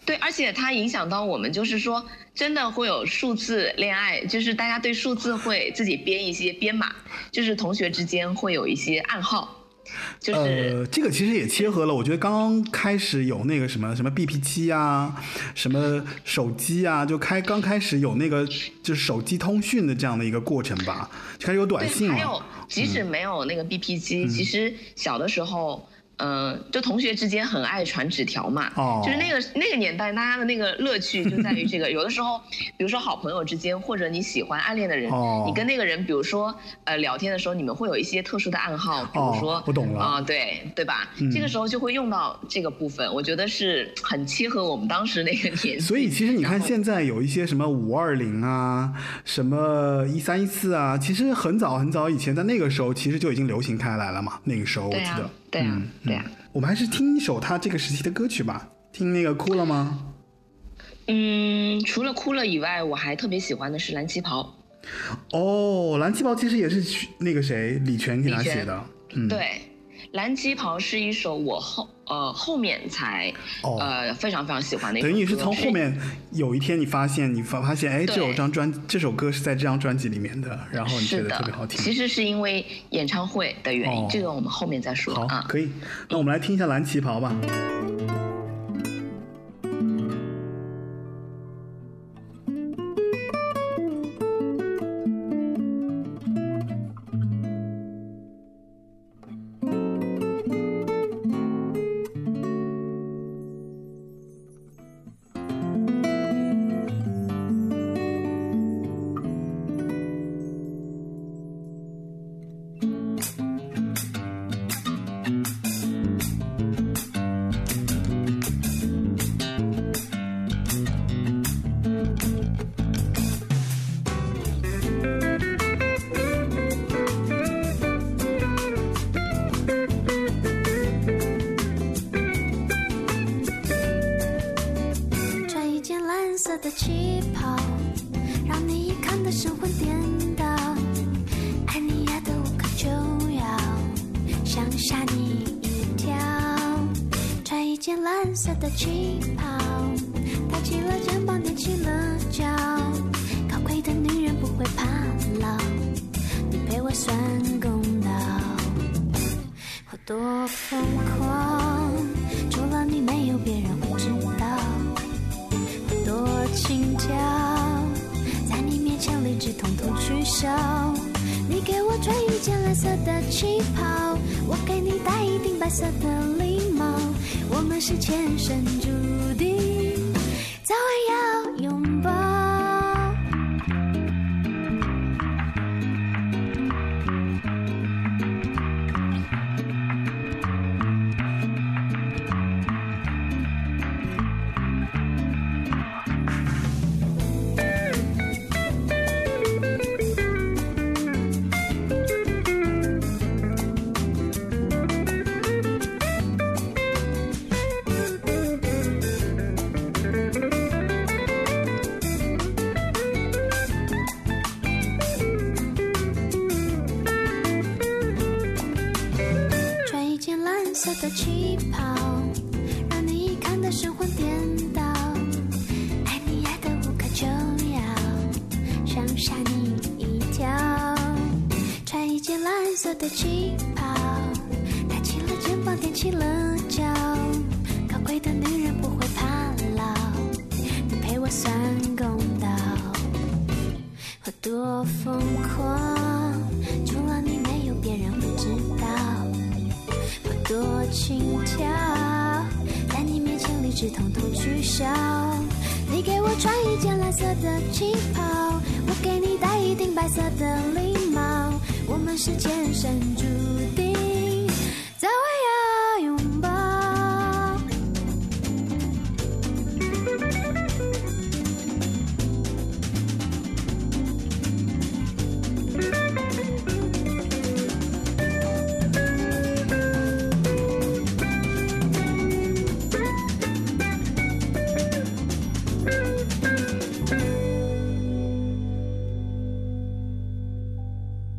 对，而且它影响到我们，就是说真的会有数字恋爱，就是大家对数字会自己编一些编码，就是同学之间会有一些暗号。就是、 呃，这个其实也切合了，我觉得刚刚开始有那个什么什么 B P 七 啊，什么手机啊，就开刚开始有那个就是手机通讯的这样的一个过程吧，就开始有短信了。 还有，即使没有那个 B P 机、嗯，其实小的时候。嗯、呃，就同学之间很爱传纸条嘛，哦、就是那个那个年代，大家的那个乐趣就在于这个。有的时候，比如说好朋友之间，或者你喜欢暗恋的人，哦、你跟那个人，比如说呃聊天的时候，你们会有一些特殊的暗号，比如说， 哦、我懂了啊、呃，对对吧、嗯？这个时候就会用到这个部分，我觉得是很切合我们当时那个年纪。 所以其实你看，现在有一些什么五二零啊，什么一三一四啊，其实很早很早以前，在那个时候其实就已经流行开来了嘛。那个时候我记得。 对啊，嗯、对啊， 我们还是听一首他这个时期的歌曲吧。听那个哭了吗？ 嗯，除了哭了以外，我还特别喜欢的是蓝旗袍。 哦，蓝旗袍其实也是那个谁李泉给他写的。嗯， 对，蓝旗袍是一首我后呃后面才、哦、呃非常非常喜欢的一首歌。 等于你是从后面有一天你发现你发发现哎，这首张专这首歌是在这张专辑里面的，然后你觉得特别好听。 其实是因为演唱会的原因，哦、这个我们后面再说。 好啊， 可以。那我们来听一下蓝旗袍吧。 的旗袍，让你一看得神魂颠倒，爱你爱得无可救药，想吓你一跳。穿一件蓝色的旗袍，抬起了肩膀，踮起了脚，高贵的女人不会怕老，你陪我算公道。我多疯狂，除了你没有别人会知道。多轻佻，在你面前理智统统取消。你给我穿一件蓝色的旗袍，我给你戴一顶白色的礼帽，我们是前生注定，早晚要拥抱。的旗袍，让你一看得神魂颠倒，爱你爱得无可救药，想吓你一跳。穿一件蓝色的旗袍，抬起了肩膀，踮起了脚，高贵的女人不会怕老，你陪我算公道。我多疯狂，除了你没有别人会知道。多轻佻，在你面前理智统统取消。你给我穿一件蓝色的旗袍，我给你戴一顶白色的礼帽，我们是前生注定，早晚要拥抱。 欢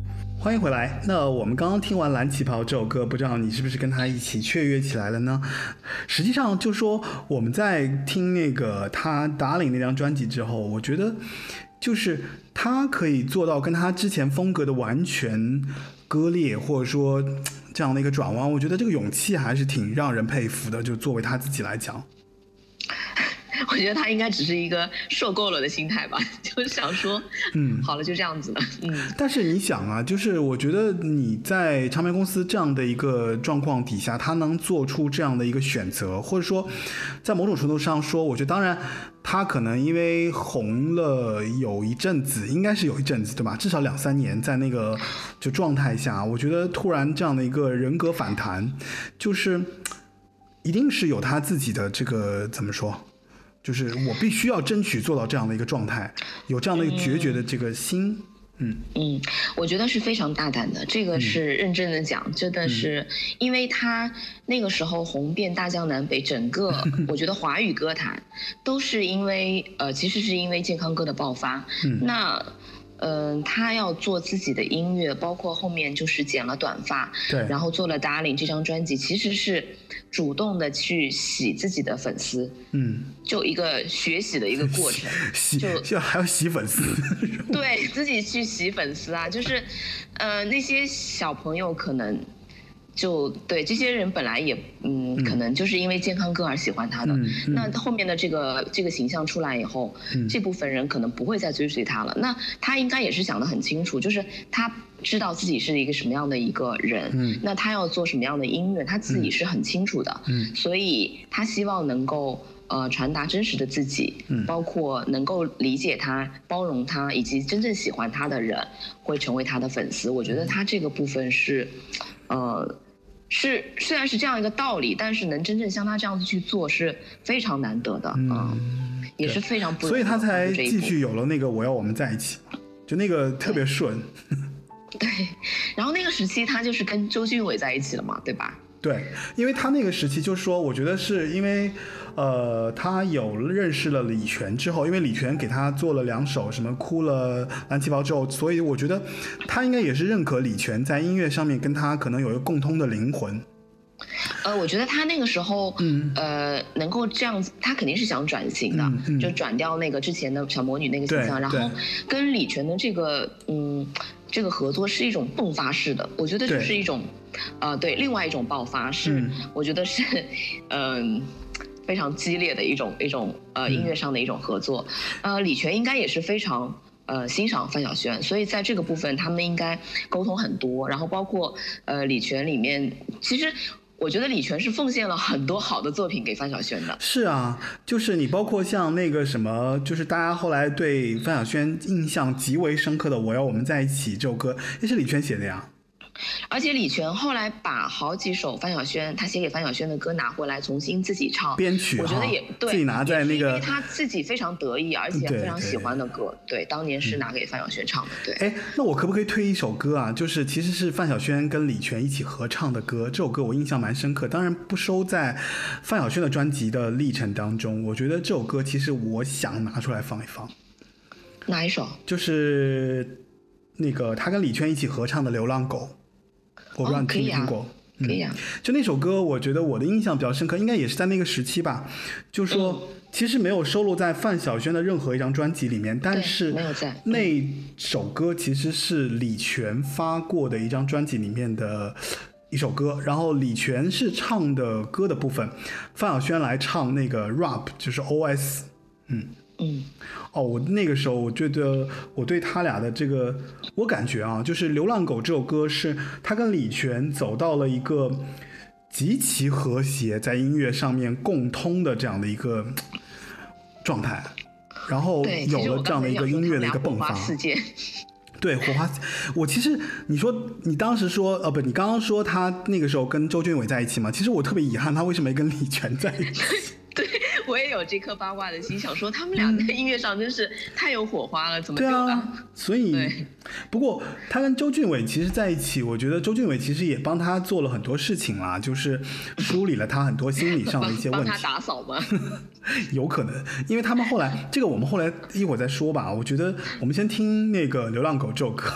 欢迎回来。那我们刚刚听完《蓝旗袍》这首歌，不知道你是不是跟他一起雀跃起来了呢？实际上，就说我们在听那个他《Darling》那张专辑之后，我觉得就是他可以做到跟他之前风格的完全割裂，或者说这样的一个转弯，我觉得这个勇气还是挺让人佩服的。就作为他自己来讲。 我觉得他应该只是一个受够了的心态吧，就是想说，嗯，好了，就这样子了，嗯。 但是你想啊，就是我觉得你在唱片公司这样的一个状况底下，他能做出这样的一个选择，或者说，在某种程度上说，我觉得当然他可能因为红了有一阵子，应该是有一阵子对吧？至少两三年，在那个就状态下，我觉得突然这样的一个人格反弹，就是一定是有他自己的这个怎么说？就是我必须要争取做到这样的一个状态，有这样的一个决绝的这个心，嗯嗯，我觉得是非常大胆的，这个是认真的讲，嗯、真的是，因为他那个时候红遍大江南北，整个我觉得华语歌坛都是因为呃，其实是因为健康歌的爆发，嗯、那。嗯、呃，他要做自己的音乐，包括后面就是剪了短发， 对， 然后做了《Darling》这张专辑，其实是主动的去洗自己的粉丝，嗯，就一个学习的一个过程， 洗就就还要洗粉丝， 对自己去洗粉丝啊，就是，呃，那些小朋友可能。就对这些人本来也嗯，嗯，可能就是因为健康歌而喜欢他的。嗯嗯、那后面的这个这个形象出来以后，嗯，这部分人可能不会再追随他了。那他应该也是想得很清楚，就是他知道自己是一个什么样的一个人，嗯，那他要做什么样的音乐，他自己是很清楚的。嗯，所以他希望能够呃传达真实的自己，嗯，包括能够理解他、包容他，以及真正喜欢他的人会成为他的粉丝。我觉得他这个部分是，呃。是，虽然是这样一个道理，但是能真正像他这样子去做是非常难得的，嗯，嗯也是非常不容易。 所以他才继续有了那个我要我们在一起，就那个特别顺。 对，然后那个时期他就是跟周俊伟在一起了嘛，对吧？ 对，因为他那个时期就是说，我觉得是因为，呃，他有认识了李泉之后，因为李泉给他做了两首什么哭了蓝旗袍之后，所以我觉得他应该也是认可李泉在音乐上面跟他可能有一个共通的灵魂。 呃，我觉得他那个时候，嗯，呃，能够这样子，他肯定是想转型的，嗯嗯、就转掉那个之前的小魔女那个形象，然后跟李泉的这个，嗯，这个合作是一种迸发式的，我觉得就是一种，呃，对，另外一种爆发是，嗯、我觉得是，嗯、呃，非常激烈的一种一种呃音乐上的一种合作，嗯、呃，李泉应该也是非常。呃，欣赏范晓萱，所以在这个部分他们应该沟通很多，然后包括呃李泉里面，其实我觉得李泉是奉献了很多好的作品给范晓萱的。 是啊，就是你包括像那个什么，就是大家后来对范晓萱印象极为深刻的《我要我们在一起》这首歌，也是李泉写的呀。 而且李泉后来把好几首范晓萱他写给范晓萱的歌拿回来重新自己唱编曲， 我觉得也对， 自己拿在那个， 因为他自己非常得意而且非常喜欢的歌，对，对对当年是拿给范晓萱唱的。对， 哎，那我可不可以推一首歌啊？就是其实是范晓萱跟李泉一起合唱的歌，这首歌我印象蛮深刻，当然不收在范晓萱的专辑的历程当中。我觉得这首歌其实我想拿出来放一放。 哪一首？ 就是那个他跟李泉一起合唱的《流浪狗》。我不知道你听没听过， 哦可以啊，可以啊、 嗯。就那首歌，我觉得我的印象比较深刻，应该也是在那个时期吧。就是说，嗯、其实没有收录在范晓萱的任何一张专辑里面，但是没有在那首歌其实是李泉发过的一张专辑里面的一首歌。然后李泉是唱的歌的部分，范晓萱来唱那个 rap， 就是 O S， 嗯。 嗯， 哦，我那个时候我觉得我对他俩的这个，我感觉啊，就是《流浪狗》这首歌是他跟李泉走到了一个极其和谐，在音乐上面共通的这样的一个状态，然后有了这样的一个音乐的一个迸发。对，火花，我其实你说你当时说呃不，你刚刚说他那个时候跟周俊伟在一起嘛，其实我特别遗憾他为什么没跟李泉在一起。 对，我也有这颗八卦的心，想说他们俩在音乐上真是太有火花了，嗯、怎么就啊？ 啊所以，不过他跟周俊伟其实在一起，我觉得周俊伟其实也帮他做了很多事情啦，就是梳理了他很多心理上的一些问题。 帮他打扫吗？ 有可能，因为他们后来这个我们后来一会儿再说吧。我觉得我们先听那个《流浪狗》这首歌吧。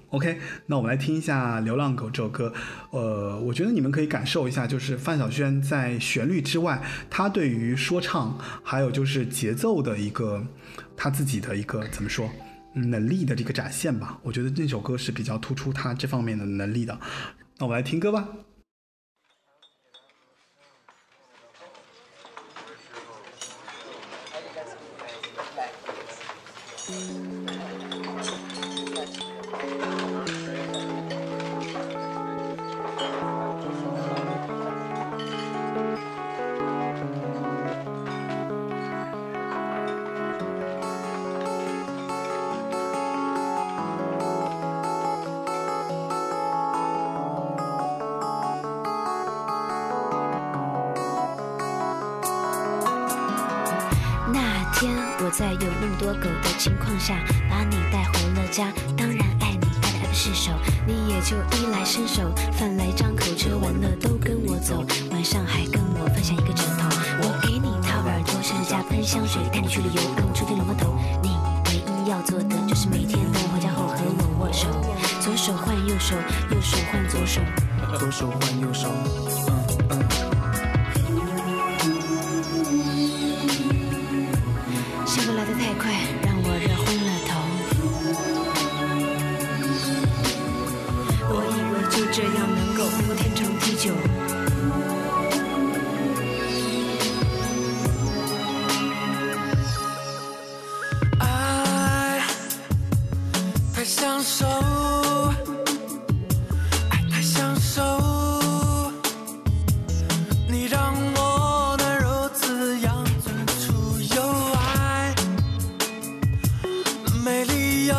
OK， 那我们来听一下《流浪狗》这首歌。呃，我觉得你们可以感受一下，就是范晓萱在旋律之外，她对于说唱还有就是节奏的一个她自己的一个怎么说能力的这个展现吧。我觉得这首歌是比较突出她这方面的能力的。那我们来听歌吧。 我在有那么多狗的情况下把你带回了家，当然爱你爱的爱不释手，你也就衣来伸手，饭来张口，吃完了都跟我走，晚上还跟我分享一个枕头，我给你掏耳朵，甚至加喷香水，带你去旅游，跟我出去龙门头，你唯一要做的就是每天等回家后和我握手，左手换右手，右手换左手，左手换右手，嗯嗯。幸福来得太快，让我热昏了头。我以为就这样能够能够天长地久。 爱太享受，爱太享受，你让我能如此样子出有爱。没理由，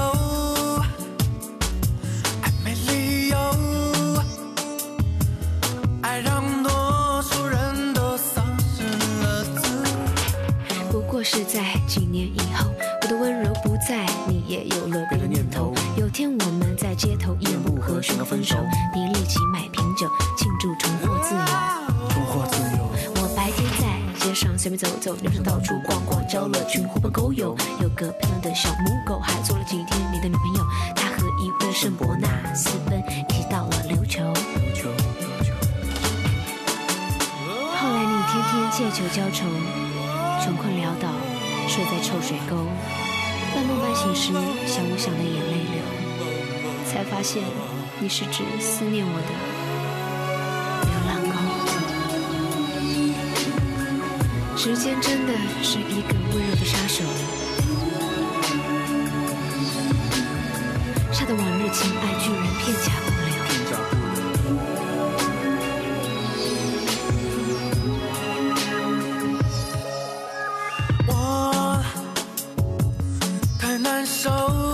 爱没理由，爱让多数人都丧失了自由。 不过是在几年以后，我的温柔不在，你也有了别的念头。有天我们在街头一言不合宣告分手，你立即买瓶酒庆祝重获自由。 重获自由。 我白天在街上随便走走，晚上到处逛逛，交了群狐朋狗友，有个漂亮的小母狗，还做了几天你的女朋友。她和一位圣伯纳私奔，一起到了琉球。后来你天天借酒浇愁，穷困潦倒，睡在臭水沟，半梦半醒时，想我想的眼泪流，才发现你是只思念我的流浪狗。时间真的是一个温柔的杀手，杀得往日情爱居然片甲不留。 我太难受，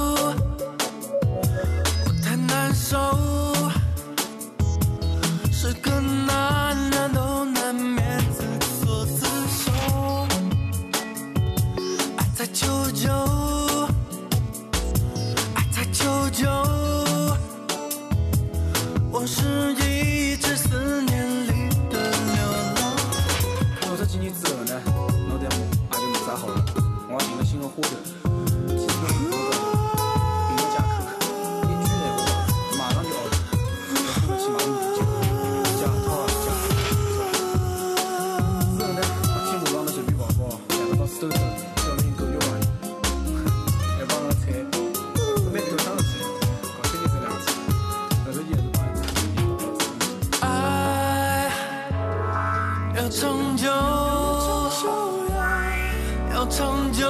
我太难受，是个男人都难免自作自受，爱在求救，爱在求救，我是一只思念里的流浪。 我这几年之后呢，脑袋也就没啥好了，我也寻了新的花头，几十个朋友并到家去，一句闲话马上就熬了，我不能去马路比较，家套啊家。之后呢，把天幕上的随便宝宝两个到手头，叫人狗肉丸，还帮我菜，蛮头上的菜，搞天天这两次，那时候也是帮人菜。 爱要长久，要长久，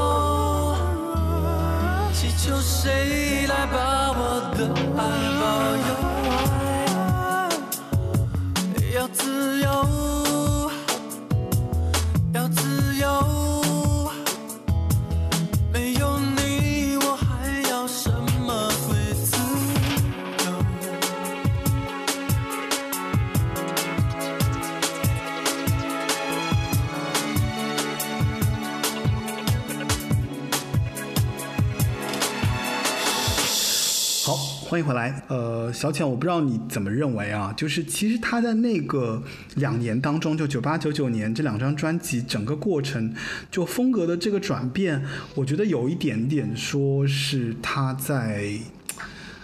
祈求谁来把我的爱保佑。要自由，要自由，没有你我还要什么会自由。 好，欢迎回来。呃，小浅，我不知道你怎么认为啊？就是其实他在那个两年当中，就九八九九年这两张专辑，整个过程就风格的这个转变，我觉得有一点点说是他在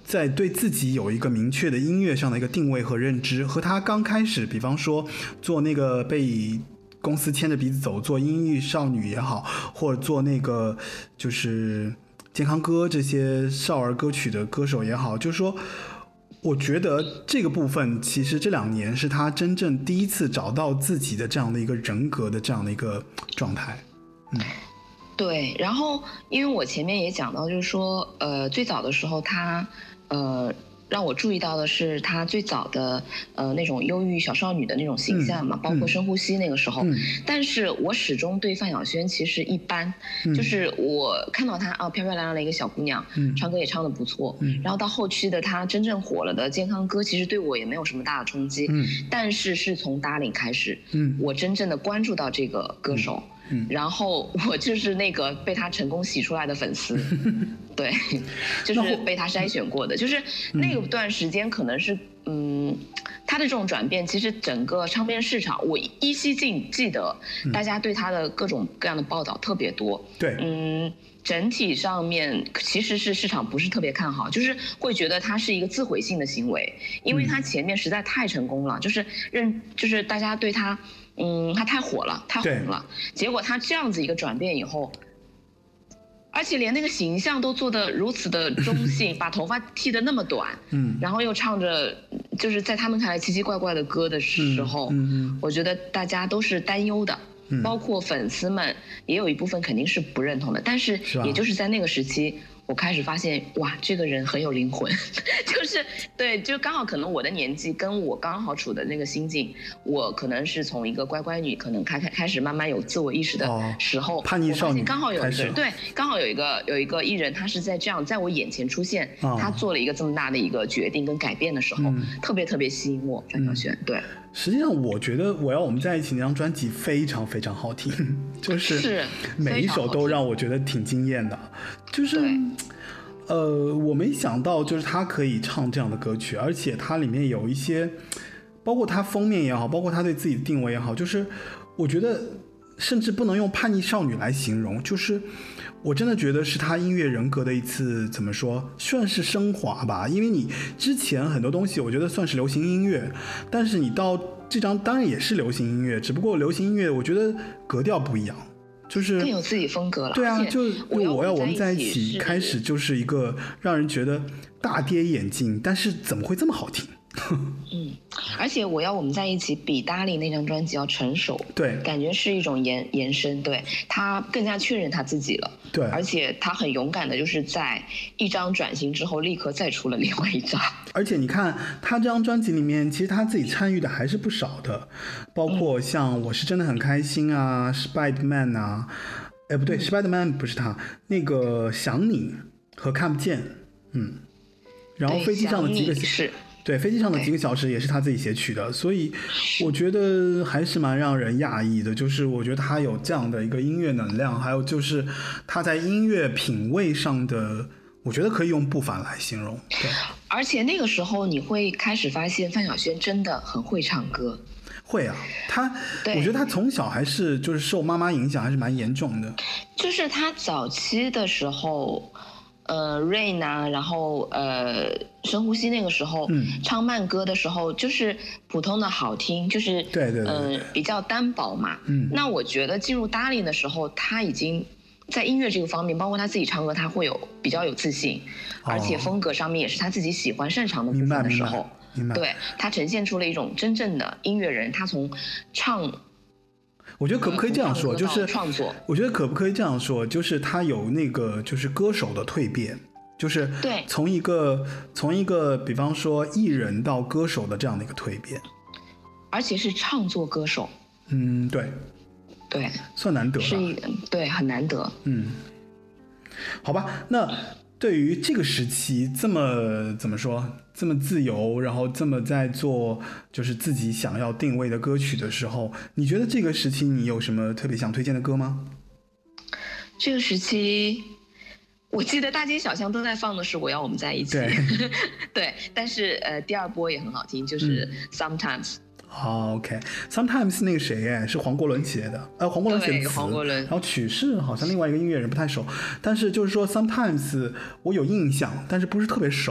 在对自己有一个明确的音乐上的一个定位和认知，和他刚开始，比方说做那个被公司牵着鼻子走，做音域少女也好，或者做那个就是健康歌这些少儿歌曲的歌手也好，就是说我觉得这个部分其实这两年是他真正第一次找到自己的这样的一个人格的这样的一个状态。嗯， 对。然后因为我前面也讲到，就是说呃最早的时候他呃让我注意到的是他最早的呃那种忧郁小少女的那种形象嘛，嗯、包括深呼吸那个时候、嗯。但是我始终对范晓萱其实一般，嗯、就是我看到她啊漂漂亮亮的一个小姑娘，嗯、唱歌也唱得不错、嗯。然后到后期的她真正火了的健康歌，其实对我也没有什么大的冲击。嗯、但是是从 Darling 开始，嗯、我真正的关注到这个歌手。嗯嗯、然后我就是那个被他成功洗出来的粉丝，对，就是被他筛选过的，就是那个段时间可能是，嗯，他的这种转变，其实整个唱片市场，我依稀记记得，大家对他的各种各样的报道特别多， 对， 嗯。整体上面其实是市场不是特别看好，就是会觉得它是一个自毁性的行为，因为它前面实在太成功了，就是认就是大家对它，嗯，它太火了，太红了，结果它这样子一个转变以后，而且连那个形象都做得如此的中性，把头发剃得那么短，嗯，然后又唱着就是在他们看来奇奇怪怪的歌的时候，嗯嗯，我觉得大家都是担忧的。包括粉丝们也有一部分肯定是不认同的，但是也就是在那个时期，我开始发现，哇，这个人很有灵魂，就是对，就刚好可能我的年纪跟我刚好处的那个心境，我可能是从一个乖乖女，可能开开开始慢慢有自我意识的时候，哦、 叛逆少女， 刚好有一个对，刚好有一个有一个艺人，他是在这样在我眼前出现，哦、他做了一个这么大的一个决定跟改变的时候，嗯、特别特别吸引我，范晓萱，嗯、对。 实际上，我觉得《我要我们在一起》那张专辑非常非常好听，就是每一首都让我觉得挺惊艳的。就是，呃，我没想到就是他可以唱这样的歌曲，而且它里面有一些，包括他封面也好，包括他对自己的定位也好，就是我觉得甚至不能用叛逆少女来形容，就是我真的觉得是他音乐人格的一次怎么说，算是升华吧。因为你之前很多东西我觉得算是流行音乐，但是你到这张当然也是流行音乐，只不过流行音乐我觉得格调不一样，就是更有自己风格了。 对啊，就我要我们在一起开始就是一个让人觉得大跌眼镜，但是怎么会这么好听？ 嗯，而且我要我们在一起比 Darling 那张专辑要成熟， 对， 感觉是一种延延伸，对，他更加确认他自己了， 对， 而且他很勇敢的，就是在一张转型之后，立刻再出了另外一张。 而且你看他这张专辑里面，其实他自己参与的还是不少的，包括像我是真的很开心啊 Spiderman 啊，哎不对、嗯、Spiderman 不是他，那个想你和看不见，嗯，然后飞机上的几个是。 对，飞机上的几个小时也是他自己写曲的，所以我觉得还是蛮让人讶异的，就是我觉得他有这样的一个音乐能量，还有就是他在音乐品味上的，我觉得可以用不凡来形容。对， 而且那个时候你会开始发现范晓萱真的很会唱歌。 会啊，他我觉得他从小还是就是受妈妈影响还是蛮严重的。 就是他早期的时候呃 Rain 啊，然后呃深呼吸那个时候、嗯、唱慢歌的时候就是普通的好听，就是对对对嗯、呃、比较单薄嘛。嗯，那我觉得进入 Darling 的时候，他已经在音乐这个方面，包括他自己唱歌，他会有比较有自信，哦、而且风格上面也是他自己喜欢擅长的部分的时候，对，他呈现出了一种真正的音乐人，他从唱。 我觉得可不可以这样说，就是创作。 我觉得可不可以这样说，就是他有那个就是歌手的蜕变，就是对从一个从一个比方说艺人到歌手的这样的一个蜕变， 而且是唱作歌手。 嗯，对， 对， 算难得吧？ 是，对，很难得。 嗯，好吧，那对于这个时期这么怎么说？这么自由，然后这么在做就是自己想要定位的歌曲的时候，你觉得这个时期你有什么特别想推荐的歌吗？ 这个时期我记得大街小巷都在放的是我要我们在一起。 对, 对，但是呃第二波也很好听，就是 Sometimes、嗯哦 OK Sometimes 那个谁哎，是黄国伦写的，呃，黄国伦写的词， 黄国伦， 然后曲是好像另外一个音乐人不太熟，但是就是说 Sometimes 我有印象，但是不是特别熟。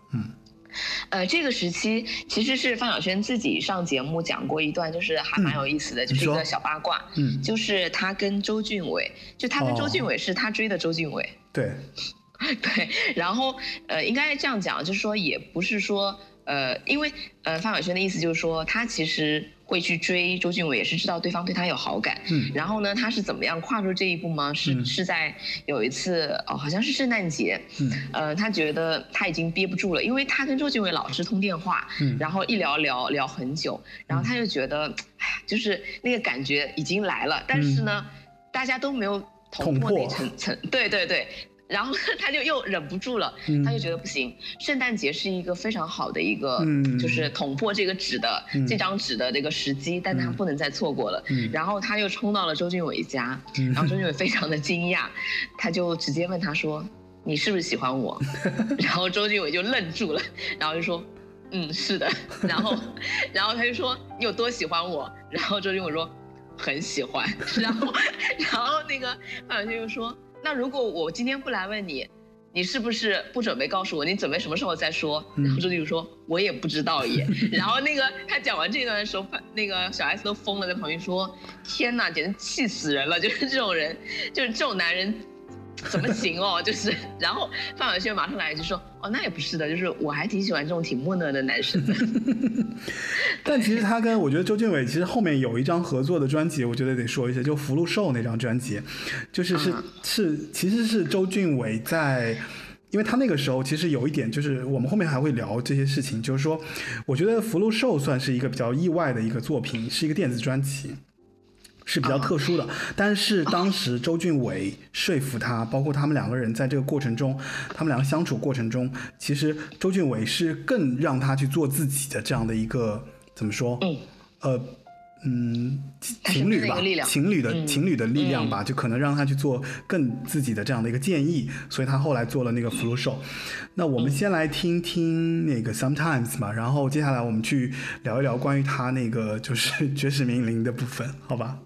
嗯。 呃，这个时期其实是范晓萱自己上节目讲过一段，就是还蛮有意思的， 嗯、 就是一个小八卦， 嗯， 就是他跟周俊伟，就他跟周俊伟是他追的周俊伟， 哦、对， 对，然后呃，应该这样讲，就是说也不是说呃，因为呃，范晓萱的意思就是说，他其实会去追周俊伟，也是知道对方对他有好感。 嗯， 然后呢，他是怎么样跨出这一步吗？是、嗯、是在有一次哦，好像是圣诞节， 嗯， 呃，他觉得他已经憋不住了，因为他跟周俊伟老是通电话， 嗯， 然后一聊聊聊很久，然后他就觉得，哎、嗯，就是那个感觉已经来了，但是呢，嗯、大家都没有捅破那层层，对对对。然后他就又忍不住了， 嗯、 他就觉得不行，圣诞节是一个非常好的一个， 嗯、 就是捅破这个纸的、嗯、这张纸的这个时机，但他不能再错过了。 嗯、 然后他又冲到了周俊伟家， 嗯、 然后周俊伟非常的惊讶，他就直接问他说：“你是不是喜欢我？”然后周俊伟就愣住了，然后就说：“嗯，是的。”然后，然后他就说：“你有多喜欢我？”然后周俊伟说：“很喜欢。”然后，然后那个范晓萱就说：“那如果我今天不来问你，你是不是不准备告诉我？你准备什么时候再说？”然后周俊伟说：“我也不知道耶。”然后那个他讲完这段的时候，那个小 S 都疯了，在旁边说：“天哪，简直气死人了！就是这种人，就是这种男人。”怎么行哦？就是，然后范晓萱马上来就说：“哦，那也不是的，就是我还挺喜欢这种挺木讷的男生的。” 但其实他跟我觉得周俊伟其实后面有一张合作的专辑，我觉得得说一下，就《福禄寿》那张专辑，就是是、嗯、是其实是周俊伟在，因为他那个时候其实有一点，就是我们后面还会聊这些事情，就是说，我觉得《福禄寿》算是一个比较意外的一个作品，是一个电子专辑。是比较特殊的， oh. 但是当时周俊伟说服他，包括他们两个人在这个过程中，他们两个相处过程中，其实周俊伟是更让他去做自己的这样的一个怎么说？嗯，呃，嗯，情侣吧，情侣的、嗯、情侣的力量吧、嗯，就可能让他去做更自己的这样的一个建议，所以他后来做了那个福禄寿。那我们先来听听那个 Sometimes 嘛，然后接下来我们去聊一聊关于他那个就是绝世名伶的部分，好吧？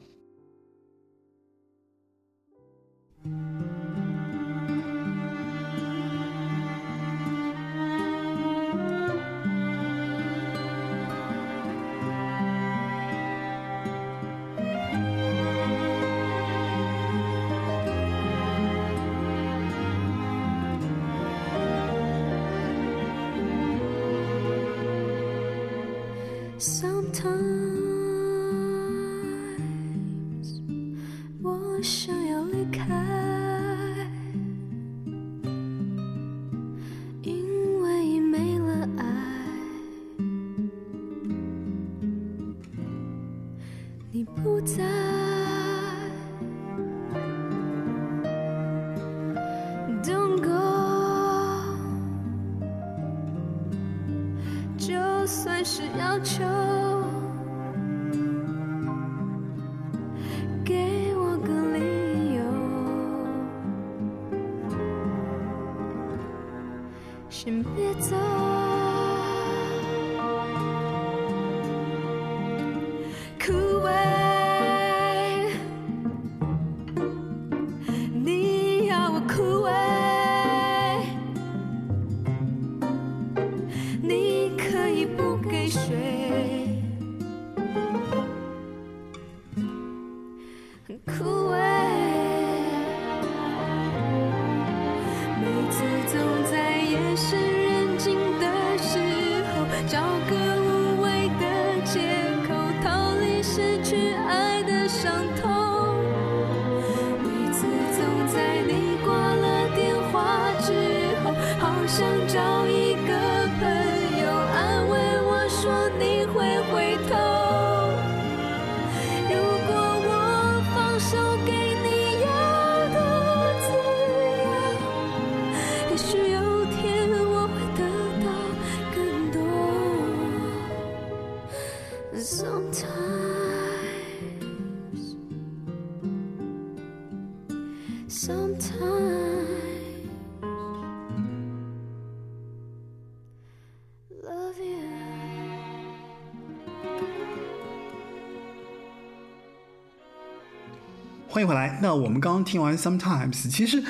欢迎回来。那我们刚刚听完 Sometimes， 其实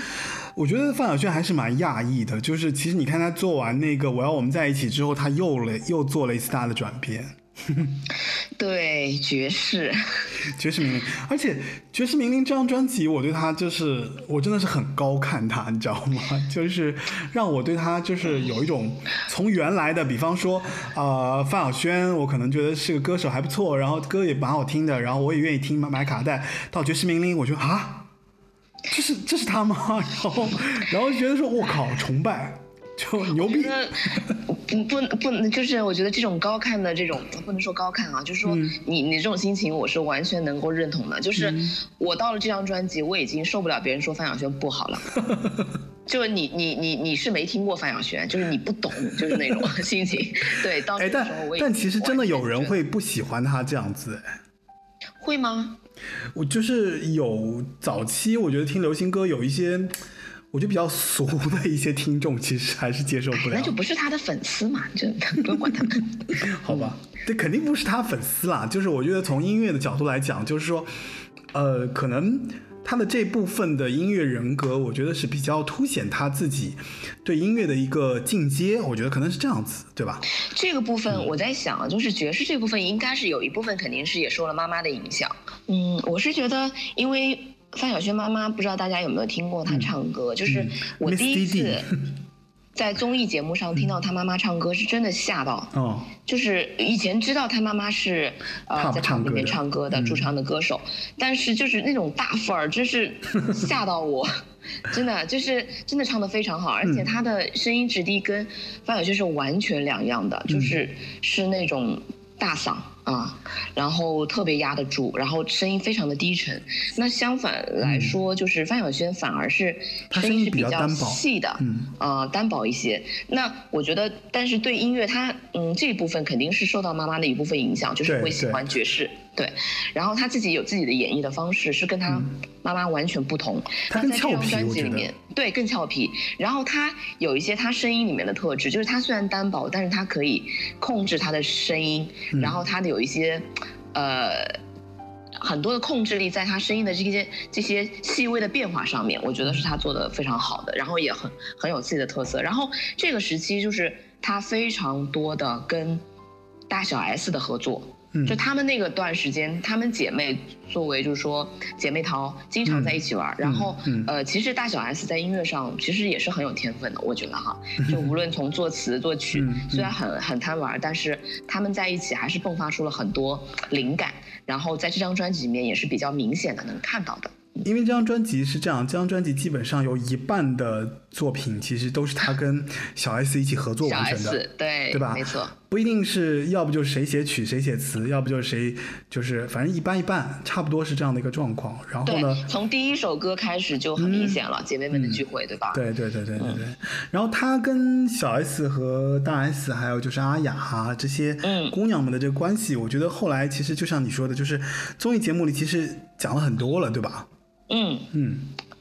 我觉得范晓萱还是蛮讶异的，就是其实你看她做完那个我要我们在一起之后，她又了又做了一次大的转变。 对，爵士， 爵士名伶，而且爵士名伶这张专辑，我对他就是我真的是很高看他，你知道吗？就是让我对他就是有一种从原来的，比方说呃范晓萱，我可能觉得是个歌手还不错，然后歌也蛮好听的，然后我也愿意听买卡带，到爵士名伶，我觉得啊，这是这是他吗？然后然后觉得说我靠，崇拜。就牛逼， 不不不，就是我觉得这种高看的这种不能说高看啊，就是说你、嗯、你这种心情我是完全能够认同的。就是我到了这张专辑，我已经受不了别人说范晓萱不好了。就是你你你你是没听过范晓萱，就是你不懂，就是那种心情。对，到这个时候我也、 哎、但, 但其实真的有人会不喜欢他这样子， 会吗？ 我就是有早期，我觉得听流行歌有一些。我觉得比较俗的一些听众其实还是接受不了， 那就不是他的粉丝嘛，就不用管他们。 好吧，这肯定不是他粉丝啦。就是我觉得从音乐的角度来讲，就是说，呃，可能他的这部分的音乐人格，我觉得是比较凸显他自己对音乐的一个进阶。我觉得可能是这样子，对吧？ 这个部分我在想，就是爵士这部分应该是有一部分肯定是也受了妈妈的影响。嗯，我是觉得因为。范晓萱妈妈不知道大家有没有听过她唱歌、嗯、就是我第一次在综艺节目上听到她妈妈唱歌是真的吓到、哦、就是以前知道她妈妈是呃在场里面唱歌的驻唱的歌手、嗯、但是就是那种大范儿真是吓到我真的就是真的唱得非常好，而且她的声音质地跟范晓萱是完全两样的、嗯、就是是那种大嗓啊，然后特别压得住，然后声音非常的低沉。那相反来说，嗯、就是范晓萱反而是声音是比较细的，嗯，呃，单薄一些。那我觉得，但是对音乐它，嗯，这一部分肯定是受到妈妈的一部分影响，就是会喜欢爵士，对。对然后他自己有自己的演绎的方式，是跟他妈妈完全不同。 他更俏皮， 在这张专辑里面，对，更俏皮。然后他有一些他声音里面的特质，就是他虽然单薄，但是他可以控制他的声音，嗯、然后他的有一些，呃，很多的控制力在他声音的这些这些细微的变化上面，我觉得是他做的非常好的，然后也很很有自己的特色。然后这个时期就是他非常多的跟大小 S 的合作。就他们那个段时间，他们姐妹作为就是说姐妹淘，经常在一起玩。嗯、然后、嗯、呃，其实大小 S 在音乐上其实也是很有天分的，我觉得哈。就无论从作词作曲，嗯、虽然很很贪玩，但是他们在一起还是迸发出了很多灵感。然后在这张专辑里面也是比较明显的能看到的。 因为这张专辑是这样，这张专辑基本上有一半的作品其实都是他跟小 S 一起合作完成的， 小 S, 对对吧？ 没错， 不一定是要不就是谁写曲谁写词，要不就是谁就是反正一半一半，差不多是这样的一个状况。然后呢， 从第一首歌开始就很明显了，嗯、姐妹们的聚会，对吧？ 对对对对对对。嗯、然后他跟小 S 和大 S 还有就是阿雅啊这些姑娘们的这个关系，嗯、我觉得后来其实就像你说的，就是综艺节目里其实讲了很多了，对吧？ 嗯嗯，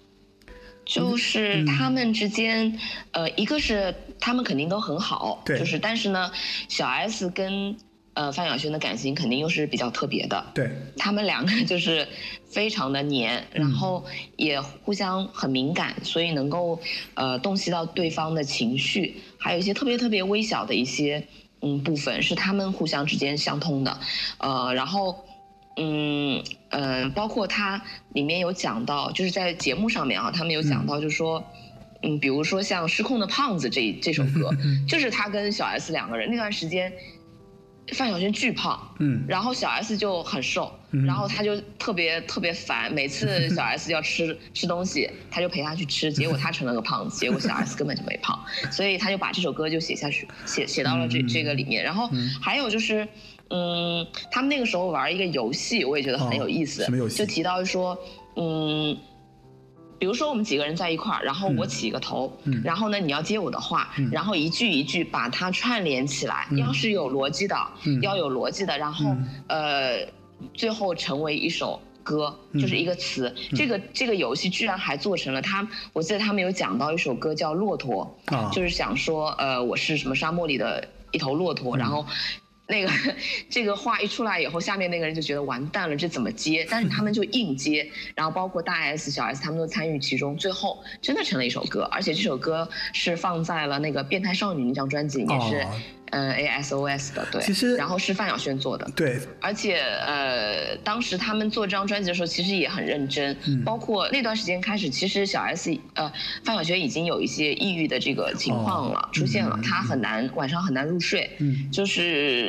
就是他们之间，嗯、呃，一个是他们肯定都很好， 对， 就是但是呢，小 S 跟呃范晓萱的感情肯定又是比较特别的， 对， 他们两个就是非常的黏，然后也互相很敏感，嗯、所以能够呃洞悉到对方的情绪，还有一些特别特别微小的一些嗯部分是他们互相之间相通的，呃，然后。嗯嗯、呃，包括他里面有讲到，就是在节目上面啊，他们有讲到，就是说，嗯，比如说像《失控的胖子》这这首歌，就是他跟小 S 两个人那段时间，范晓萱巨胖，嗯，然后小 S 就很瘦，嗯、然后他就特别特别烦，每次小 S 要吃吃东西，他就陪他去吃，结果他成了个胖子，结果小 S 根本就没胖，所以他就把这首歌就写下去，写写到了这这个里面，然后还有就是。嗯，他们那个时候玩一个游戏，我也觉得很有意思。 哦、什么游戏？ 就提到说，嗯，比如说我们几个人在一块儿，然后我起一个头，嗯、然后呢你要接我的话，嗯、然后一句一句把它串联起来，嗯、要是有逻辑的，嗯、要有逻辑的，然后、嗯、呃，最后成为一首歌，就是一个词。嗯、这个这个游戏居然还做成了他，我记得他们有讲到一首歌叫《骆驼》，哦、就是想说，呃，我是什么沙漠里的一头骆驼，嗯、然后。 那个这个话一出来以后，下面那个人就觉得完蛋了，这怎么接？但是他们就硬接，然后包括大 S、小 S 他们都参与其中，最后真的成了一首歌，而且这首歌是放在了那个《变态少女》那张专辑里面，是、哦、呃 A S O S 的，对， 其实然后是范晓萱做的， 对， 而且呃当时他们做这张专辑的时候，其实也很认真，嗯、包括那段时间开始，其实小 S 呃范晓萱已经有一些抑郁的这个情况了、哦、出现了，嗯、她很难晚上很难入睡，嗯，就是。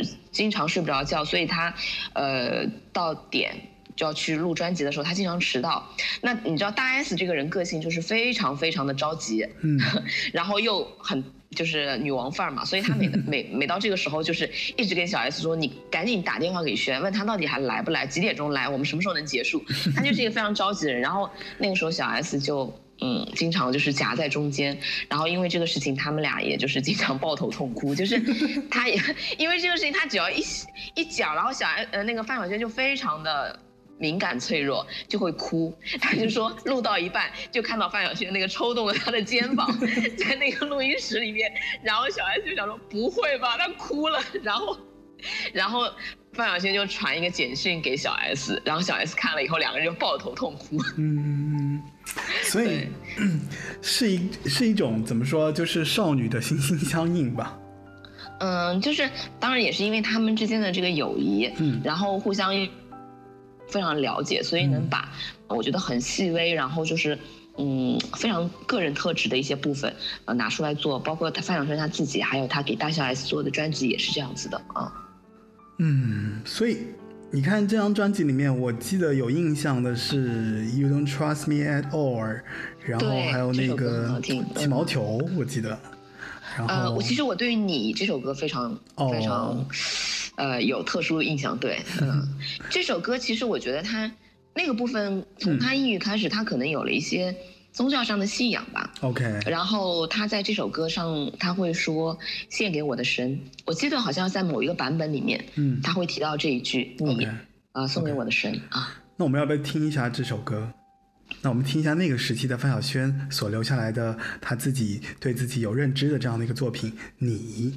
经常睡不着觉，所以他，呃，到点就要去录专辑的时候，他经常迟到。那你知道大 S 这个人个性就是非常非常的着急，嗯，然后又很就是女王范儿嘛，所以他每每每到这个时候，就是一直跟小 S 说，你赶紧打电话给轩，问他到底还来不来，几点钟来，我们什么时候能结束？他就是一个非常着急的人。然后那个时候小 S 就。嗯，经常就是夹在中间，然后因为这个事情，他们俩也就是经常抱头痛哭。就是他也因为这个事情，他只要一一讲，然后小呃那个范晓萱就非常的敏感脆弱，就会哭。他就说录到一半，就看到范晓萱那个抽动了他的肩膀，在那个录音室里面，然后小 S 就想说不会吧，他哭了，然后然后范晓萱就传一个简讯给小 S， 然后小 S 看了以后，两个人就抱头痛哭。 嗯。所以是一是一种怎么说，就是少女的心心相印吧。 嗯，就是当然也是因为他们之间的这个友谊，嗯，然后互相非常了解，所以能把、嗯、我觉得很细微，然后就是嗯非常个人特质的一些部分呃拿出来做，包括他范晓萱他自己，还有他给大小 S 做的专辑也是这样子的啊。 嗯，所以。你看这张专辑里面，我记得有印象的是 You Don't Trust Me at All， 然后还有那个起毛球，嗯、我记得。然后呃，我其实我对于你这首歌非常、哦、非常，呃，有特殊印象。对，嗯，这首歌其实我觉得它那个部分从他抑郁开始，他可能有了一些宗教上的信仰吧。 OK。 然后他在这首歌上他会说献给我的神，我记得好像在某一个版本里面，嗯，他会提到这一句，你 OK， 呃送给我的神 okay. 啊。 那我们要不要听一下这首歌？那我们听一下那个时期的范晓萱所留下来的他自己对自己有认知的这样的一个作品，你。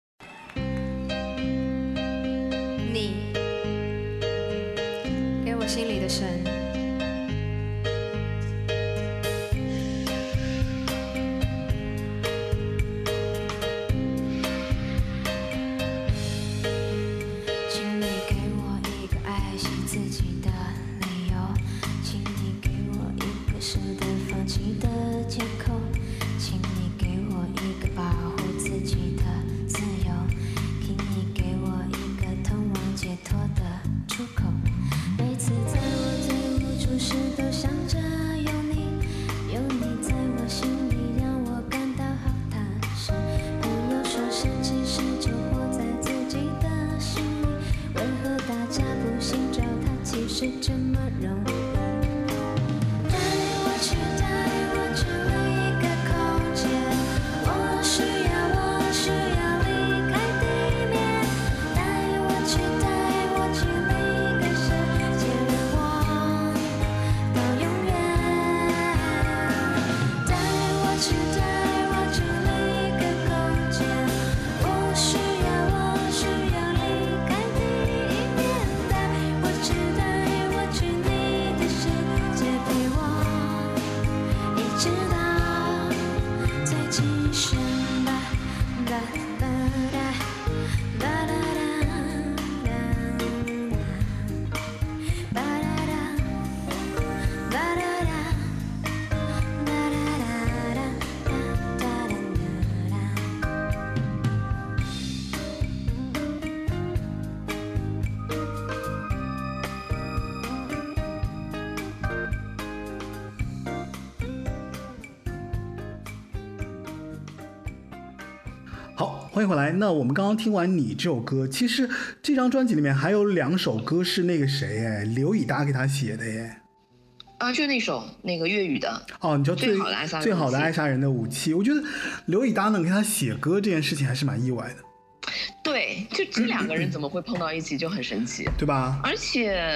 你给我心里的神。 欢迎回来。那我们刚刚听完你这首歌，其实这张专辑里面还有两首歌是那个谁哎，刘以达给他写的耶。 啊，就那首那个粤语的哦，你知道最最好的爱杀人最好的爱杀人的武器，我觉得刘以达能给他写歌这件事情还是蛮意外的。 对，就这两个人怎么会碰到一起就很神奇， 对吧？ 而且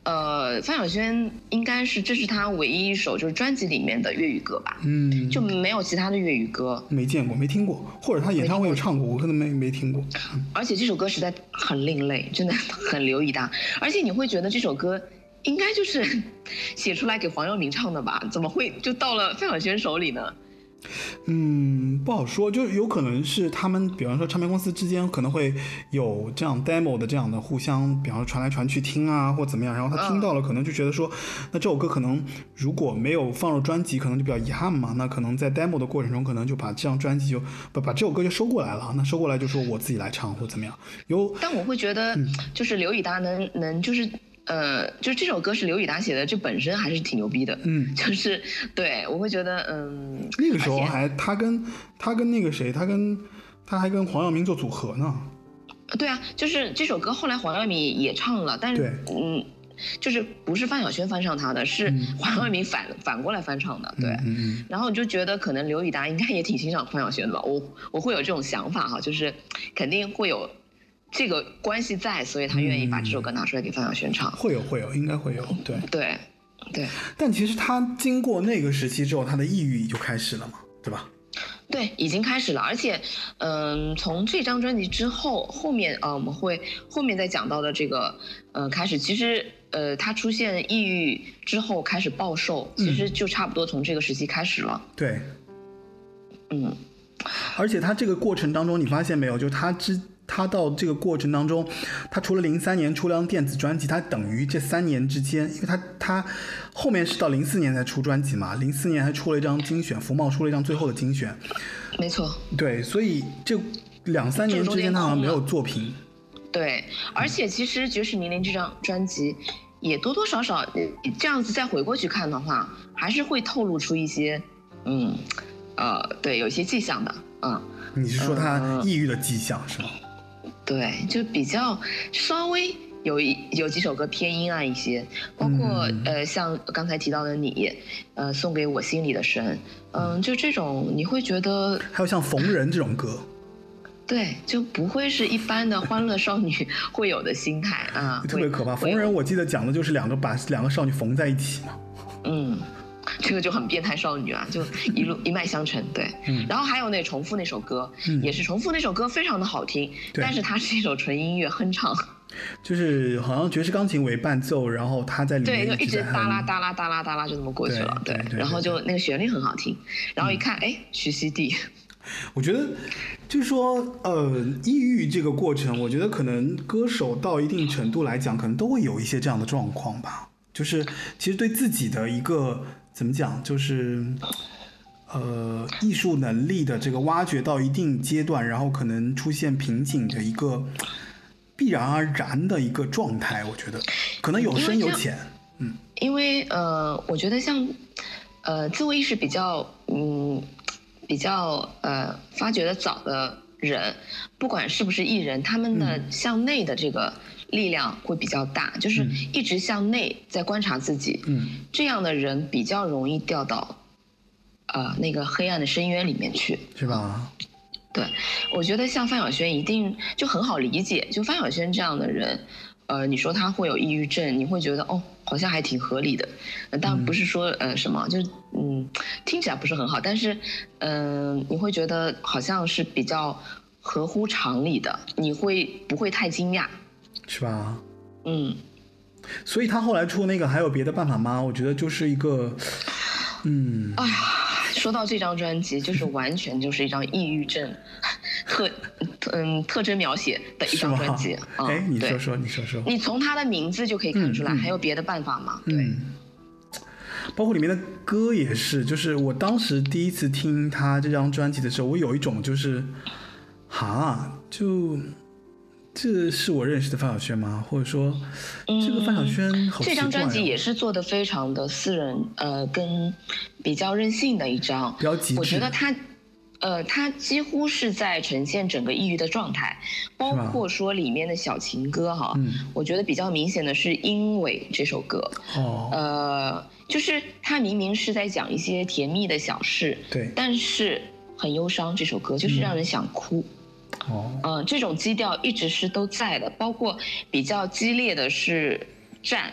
呃，范晓萱应该是这是她唯一一首就是专辑里面的粤语歌吧， 嗯， 就没有其他的粤语歌， 没见过，没听过，或者他演唱会有唱过，我可能没没听过。嗯、 而且这首歌实在很另类，真的很刘以达，而且你会觉得这首歌应该就是写出来给黄耀明唱的吧？怎么会就到了范晓萱手里呢？ 嗯，不好说，就有可能是他们，比方说唱片公司之间可能会有这样 demo 的这样的互相，比方说传来传去听啊，或怎么样，然后他听到了，可能就觉得说，那这首歌可能如果没有放入专辑，可能就比较遗憾嘛。那可能在 demo 的过程中，可能就把这张专辑就把把这首歌就收过来了。那收过来就说我自己来唱或怎么样。有， 但我会觉得，嗯、就是刘以达能能就是。呃，就是这首歌是刘以达写的，这本身还是挺牛逼的。嗯，就是对我会觉得，嗯， 那个时候还他跟他跟那个谁，他跟他还跟黄耀明做组合呢。 对啊，就是这首歌后来黄耀明也唱了，但是嗯，就是不是范晓萱翻唱他的，是黄耀明反、嗯、反过来翻唱的。对，嗯嗯、然后你就觉得可能刘以达应该也挺欣赏范晓萱的吧？我我会有这种想法哈，就是肯定会有。这个关系在，所以他愿意把这首歌拿出来给范晓萱唱。嗯、 会有，会有，应该会有，对， 对，对。 但其实他经过那个时期之后，他的抑郁就开始了嘛，对吧？ 对，已经开始了，而且，嗯，从这张专辑之后，后面啊、呃，我们会后面再讲到的这个，呃，开始，其实，呃，他出现抑郁之后开始暴瘦，其实就差不多从这个时期开始了。 嗯、对， 嗯， 而且他这个过程当中，你发现没有，就他之。他到这个过程当中，他除了零三年出了张电子专辑，他等于这三年之间，因为他他后面是到零四年才出专辑嘛，零四年还出了一张精选，福茂出了一张最后的精选， 没错， 对，所以这两三年之间他好像没有作品， 对，而且其实《绝世名伶》这张专辑也多多少少这样子再回过去看的话，还是会透露出一些，嗯，呃，对，有一些迹象的，嗯。 你是说他抑郁的迹象、呃、是吗？ 对，就比较稍微有一有几首歌偏阴暗一些，包括、嗯、呃像刚才提到的你，呃送给我心里的神，嗯、呃，就这种你会觉得， 还有像逢人这种歌， 对，就不会是一般的欢乐少女会有的心态啊， 特别可怕。逢人我记得讲的就是两个把两个少女缝在一起嘛， 嗯。这个就很变态少女啊，就一路一脉相承，对。嗯、然后还有那重复那首歌，嗯、也是重复那首歌非常的好听，但是它是一首纯音乐哼唱， 就是好像爵士钢琴为伴奏，然后他在里面对，就一直哒啦哒啦哒啦哒啦就这么过去了，对。对对对对，然后就那个旋律很好听，然后一看，哎、嗯，徐熙娣。 我觉得就是说，呃，抑郁这个过程，我觉得可能歌手到一定程度来讲，可能都会有一些这样的状况吧。就是其实对自己的一个怎么讲，就是呃艺术能力的这个挖掘到一定阶段，然后可能出现瓶颈的一个必然而然的一个状态，我觉得可能有深有浅。嗯， 因为呃，我觉得像呃自我意识比较嗯比较呃发掘的早的人，不管是不是艺人，他们的向内的这个。嗯力量会比较大，就是一直向内在观察自己，嗯，这样的人比较容易掉到，呃，那个黑暗的深渊里面去， 是吧？ 对，我觉得像范晓萱一定就很好理解，就范晓萱这样的人，呃，你说他会有抑郁症，你会觉得哦，好像还挺合理的，呃、当然不是说呃什么，就是嗯，听起来不是很好，但是嗯、呃，你会觉得好像是比较合乎常理的，你会不会太惊讶？ 是吧？ 嗯， 所以他后来出那个还有别的办法吗？我觉得就是一个，嗯， 哎呀，说到这张专辑，就是完全就是一张抑郁症特嗯特征描写的一张专辑。 哎、嗯，你说说，你说说， 你从他的名字就可以看出来，嗯、还有别的办法吗？对、嗯， 包括里面的歌也是，就是我当时第一次听他这张专辑的时候，我有一种就是，哈，就。这是我认识的范晓萱吗？或者说，这个范晓萱好奇怪、哦嗯、 这张专辑也是做的非常的私人，呃，跟比较任性的一张。 比较极致。 我觉得他，呃，他几乎是在呈现整个抑郁的状态，包括说里面的小情歌哈。嗯。我觉得比较明显的是《因为》这首歌。哦。呃，就是他明明是在讲一些甜蜜的小事， 对， 但是很忧伤。这首歌就是让人想哭。嗯哦， 嗯，这种基调一直是都在的，包括比较激烈的是战，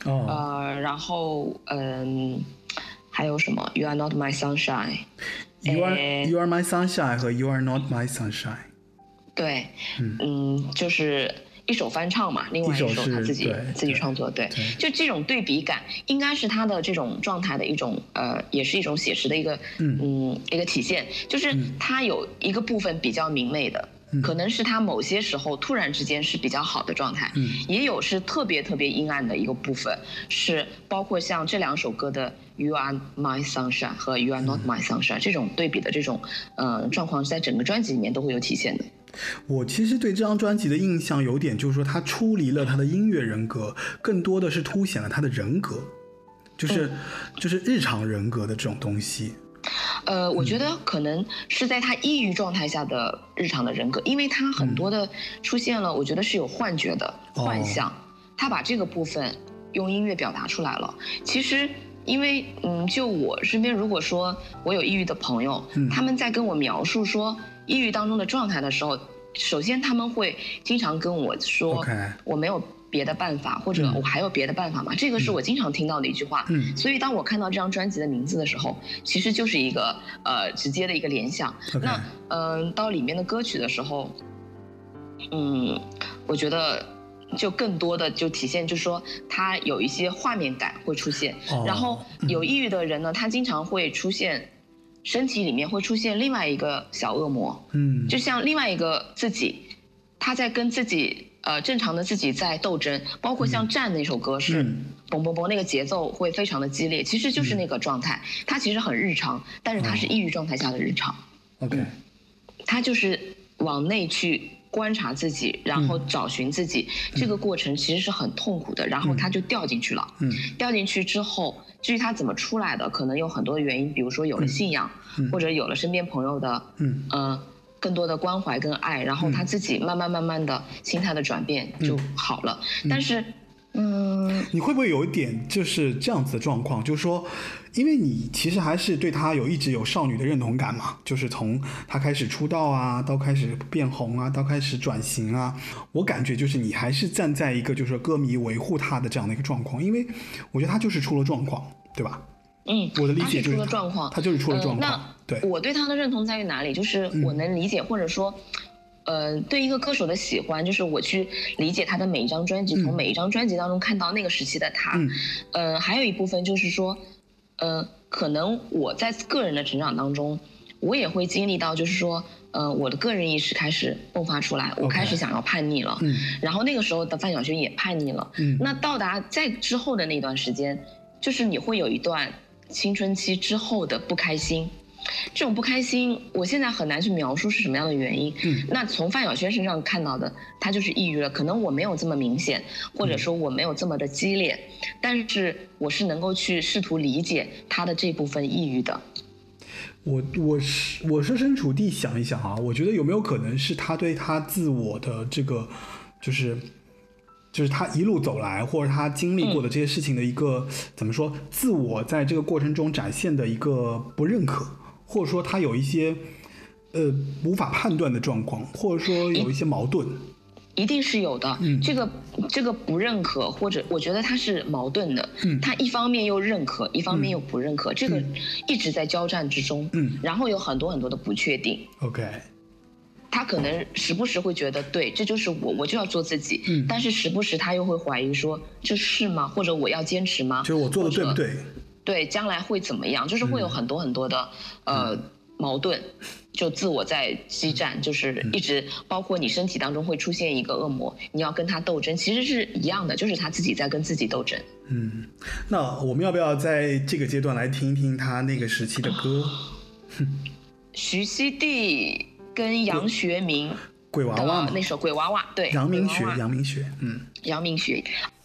哦， 呃，然后嗯，还有什么 You Are Not My Sunshine。You are You are my sunshine 和 You are not my sunshine。 对，嗯, 嗯，就是一首翻唱嘛，另外一首他自己自己创作，对，对就这种对比感，应该是他的这种状态的一种呃，也是一种写实的一个 嗯, 嗯一个体现，就是他有一个部分比较明媚的。嗯、可能是他某些时候突然之间是比较好的状态，嗯、也有是特别特别阴暗的一个部分，是包括像这两首歌的 You Are My Sunshine 和 You Are Not My Sunshine、嗯、这种对比的这种呃状况，在整个专辑里面都会有体现的。 我其实对这张专辑的印象有点就是说，他出离了他的音乐人格，更多的是凸显了他的人格，就是、嗯、就是日常人格的这种东西。 呃，我觉得可能是在他抑郁状态下的日常的人格，因为他很多的出现了，我觉得是有幻觉的、嗯、幻象，他把这个部分用音乐表达出来了。其实，因为嗯，就我身边，如果说我有抑郁的朋友，嗯、他们在跟我描述说抑郁当中的状态的时候，首先他们会经常跟我说， okay. 我没有别的办法，或者我还有别的办法吗？嗯、这个是我经常听到的一句话。嗯，所以当我看到这张专辑的名字的时候，其实就是一个呃直接的一个联想。 Okay. 那嗯、呃，到里面的歌曲的时候，嗯，我觉得就更多的就体现，就是说它有一些画面感会出现。哦、然后有抑郁的人呢，他经常会出现身体里面会出现另外一个小恶魔。嗯，就像另外一个自己，他在跟自己。呃，正常的自己在斗争，包括像《战》那首歌是嘣嘣嘣，那个节奏会非常的激烈，其实就是那个状态。它其实很日常，但是它是抑郁状态下的日常。 OK，、嗯、 它就是往内去观察自己，然后找寻自己，嗯、这个过程其实是很痛苦的。然后他就掉进去了，嗯，掉进去之后，至于他怎么出来的，可能有很多原因，比如说有了信仰，嗯、或者有了身边朋友的，嗯呃。更多的关怀跟爱，然后他自己慢慢慢慢的心态的转变就好了。嗯、但是，嗯， 你会不会有一点就是这样子的状况，就是说，因为你其实还是对他有一直有少女的认同感嘛，就是从他开始出道啊，到开始变红啊，到开始转型啊，我感觉就是你还是站在一个就是歌迷维护他的这样的一个状况，因为我觉得他就是出了状况，对吧？ 嗯， 我的理解就是他是出了状况， 他就是出了状况。 呃、 对， 我对他的认同在于哪里？就是我能理解，嗯、或者说，呃，对一个歌手的喜欢，就是我去理解他的每一张专辑，嗯、从每一张专辑当中看到那个时期的他。嗯，呃，还有一部分就是说，呃，可能我在个人的成长当中，我也会经历到，就是说，呃，我的个人意识开始迸发出来，我开始想要叛逆了。嗯，然后那个时候的范晓萱也叛逆了。嗯，那到达在之后的那段时间，就是你会有一段。青春期之后的不开心，这种不开心，我现在很难去描述是什么样的原因。嗯，那从范晓萱身上看到的，她就是抑郁了。可能我没有这么明显，或者说我没有这么的激烈，嗯、但是我是能够去试图理解她的这部分抑郁的。 我我是我设身处地想一想啊，我觉得有没有可能是她对她自我的这个就是。就是他一路走来，或者他经历过的这些事情的一个、嗯、怎么说，自我在这个过程中展现的一个不认可，或者说他有一些呃无法判断的状况，或者说有一些矛盾， 一定是有的。嗯，这个这个不认可，或者我觉得他是矛盾的。嗯，他一方面又认可，一方面又不认可，嗯、这个一直在交战之中。嗯，然后有很多很多的不确定。 OK。 他可能时不时会觉得对，这就是我，我就要做自己。嗯，但是时不时他又会怀疑说，这是吗？或者我要坚持吗？ 就是我做的对不对？ 对，将来会怎么样？就是会有很多很多的、嗯、呃矛盾，就自我在激战，就是一直包括你身体当中会出现一个恶魔，你要跟他斗争，其实是一样的，就是他自己在跟自己斗争。 嗯，那我们要不要在这个阶段来听一听他那个时期的歌？ 徐熙娣。跟杨学明鬼娃娃那首鬼娃娃，对， 杨明学，杨明学，嗯， 杨明学。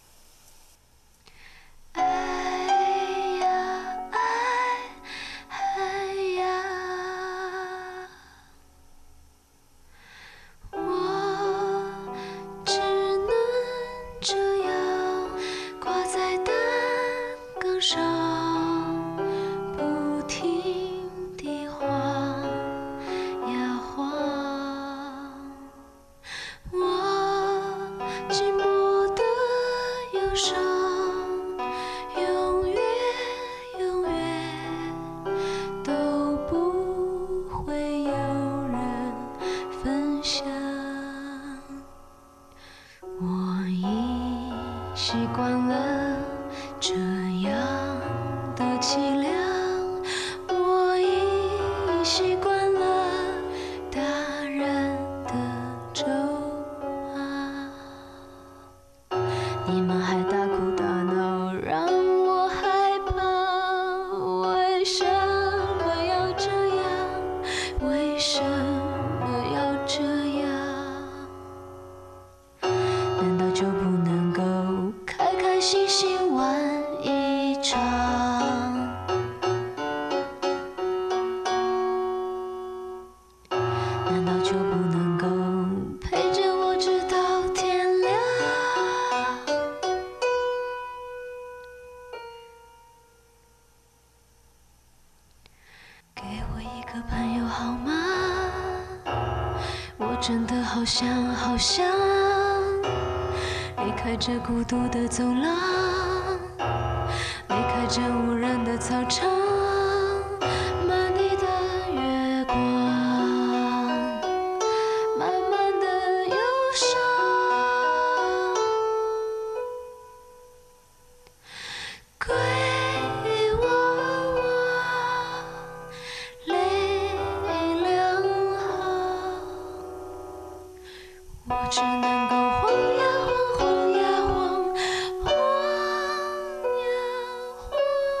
哎呀哎哎呀，我只能这样挂在单杠上，不停地晃。我寂寞的忧伤习惯了这样的凄凉，我已习惯了大人的咒骂。你们还大哭大闹，让我害怕。为什么要这样？为什么要这样？难道就不能够开开心心玩一场？难道就不能够陪着我直到天亮？给我一个朋友好吗？我真的好想好想离开这孤独的走廊，离开这无人的操场，满地的月光，慢慢的忧伤。归我我泪两行，我只能够晃呀晃，晃呀晃，晃呀晃。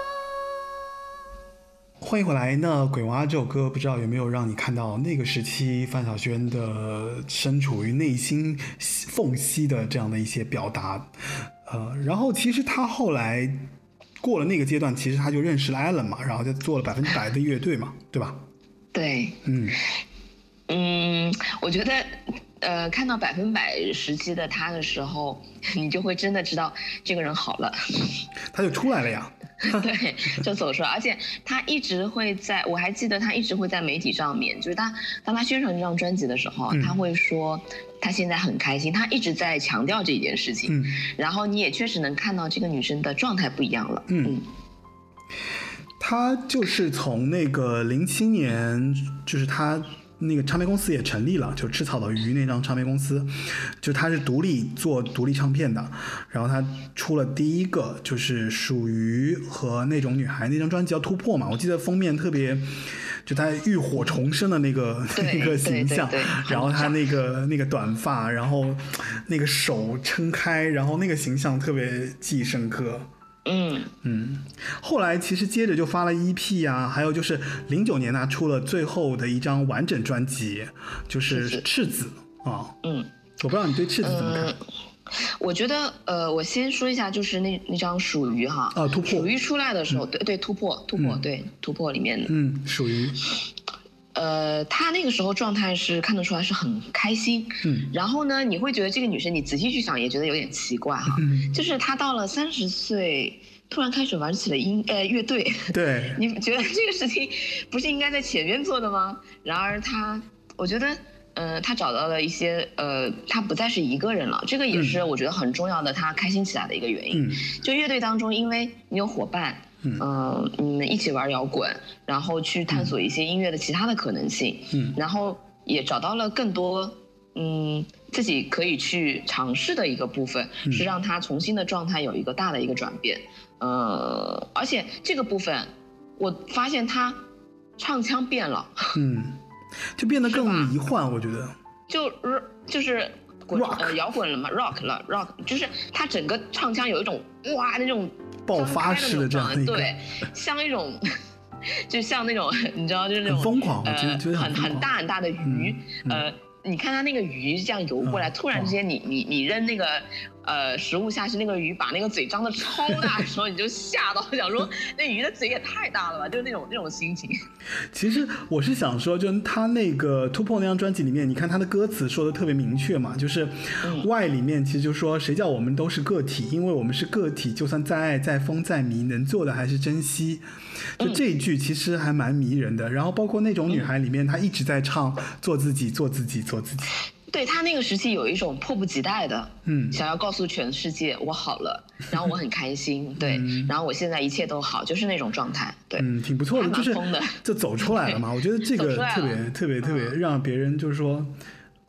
欢迎回来。那《鬼娃》这首歌，不知道有没有让你看到那个时期范晓萱的身处于内心缝隙的这样的一些表达。呃，然后其实他后来过了那个阶段，其实他就认识了 Alan 嘛，然后就做了百分之百的乐队嘛，对吧？ 对， 嗯嗯，我觉得，呃，看到百分百时期的他的时候，你就会真的知道这个人好了。 他就出来了呀。 对，就走出来，而且他一直会在，我还记得他一直会在媒体上面，就是他当他宣传这张专辑的时候， 嗯他会说他现在很开心，他一直在强调这件事情。 嗯然后你也确实能看到这个女生的状态不一样了。 嗯嗯他就是从那个零七年，就是他那个唱片公司也成立了，就吃草的鱼那张唱片公司，就他是独立做独立唱片的，然后他出了第一个就是属于和那种女孩那张专辑叫突破嘛，我记得封面特别，就他浴火重生的那个对那个形象， 对对对然后他那个那个短发，然后那个手撑开，然后那个形象特别记忆深刻。 嗯嗯，后来其实接着就发了 E P 啊，还有就是零九年他出了最后的一张完整专辑，就是是赤子啊。 嗯。 我不知道你对赤子怎么看？ 嗯我觉得，呃，我先说一下，就是那那张属于哈， 啊，突破， 属于出来的时候，嗯、对对，突破突破， 嗯、 对突破里面的， 嗯，属于， 呃，他那个时候状态是看得出来是很开心， 嗯， 然后呢，你会觉得这个女生，你仔细去想也觉得有点奇怪哈， 嗯， 就是她到了三十岁，突然开始玩起了音呃乐队， 对， 你觉得这个事情不是应该在前面做的吗？然而她，我觉得。呃，他找到了一些呃，他不再是一个人了，这个也是我觉得很重要的，他开心起来的一个原因。 嗯、 就乐队当中，因为你有伙伴，嗯、呃，你们一起玩摇滚，然后去探索一些音乐的其他的可能性， 嗯， 然后也找到了更多嗯自己可以去尝试的一个部分， 嗯、 是让他重新的状态有一个大的一个转变。呃，而且这个部分，我发现他唱腔变了， 嗯。就变得更迷幻，我觉得就就是滚呃摇滚了嘛 ，rock 了 rock， 就是他整个唱腔有一种哇那种爆发式的这样的一个， 对，像一种就像那种你知道就是那种很疯狂， 呃我觉得觉得很很大很大的鱼， 嗯嗯、 呃，你看他那个鱼这样游过来， 嗯、 突然之间你你你扔那个。呃，食物下去，那个鱼把那个嘴张得超大的时候，你就吓到，想说那鱼的嘴也太大了吧，就是那种那种心情。 其实我是想说，就他那个突破那张专辑里面，你看他的歌词说的特别明确嘛，就是外里面其实就说谁叫我们都是个体，因为我们是个体，就算再爱再疯再迷，能做的还是珍惜。就这一句其实还蛮迷人的。然后包括那种女孩里面，她一直在唱做自己，做自己，做自己。 对他那个时期有一种迫不及待的， 嗯， 想要告诉全世界我好了，然后我很开心，对， 嗯、 然后我现在一切都好，就是那种状态，对， 嗯，挺不错的，就是就走出来了嘛。我觉得这个特别特别特别让别人就是说，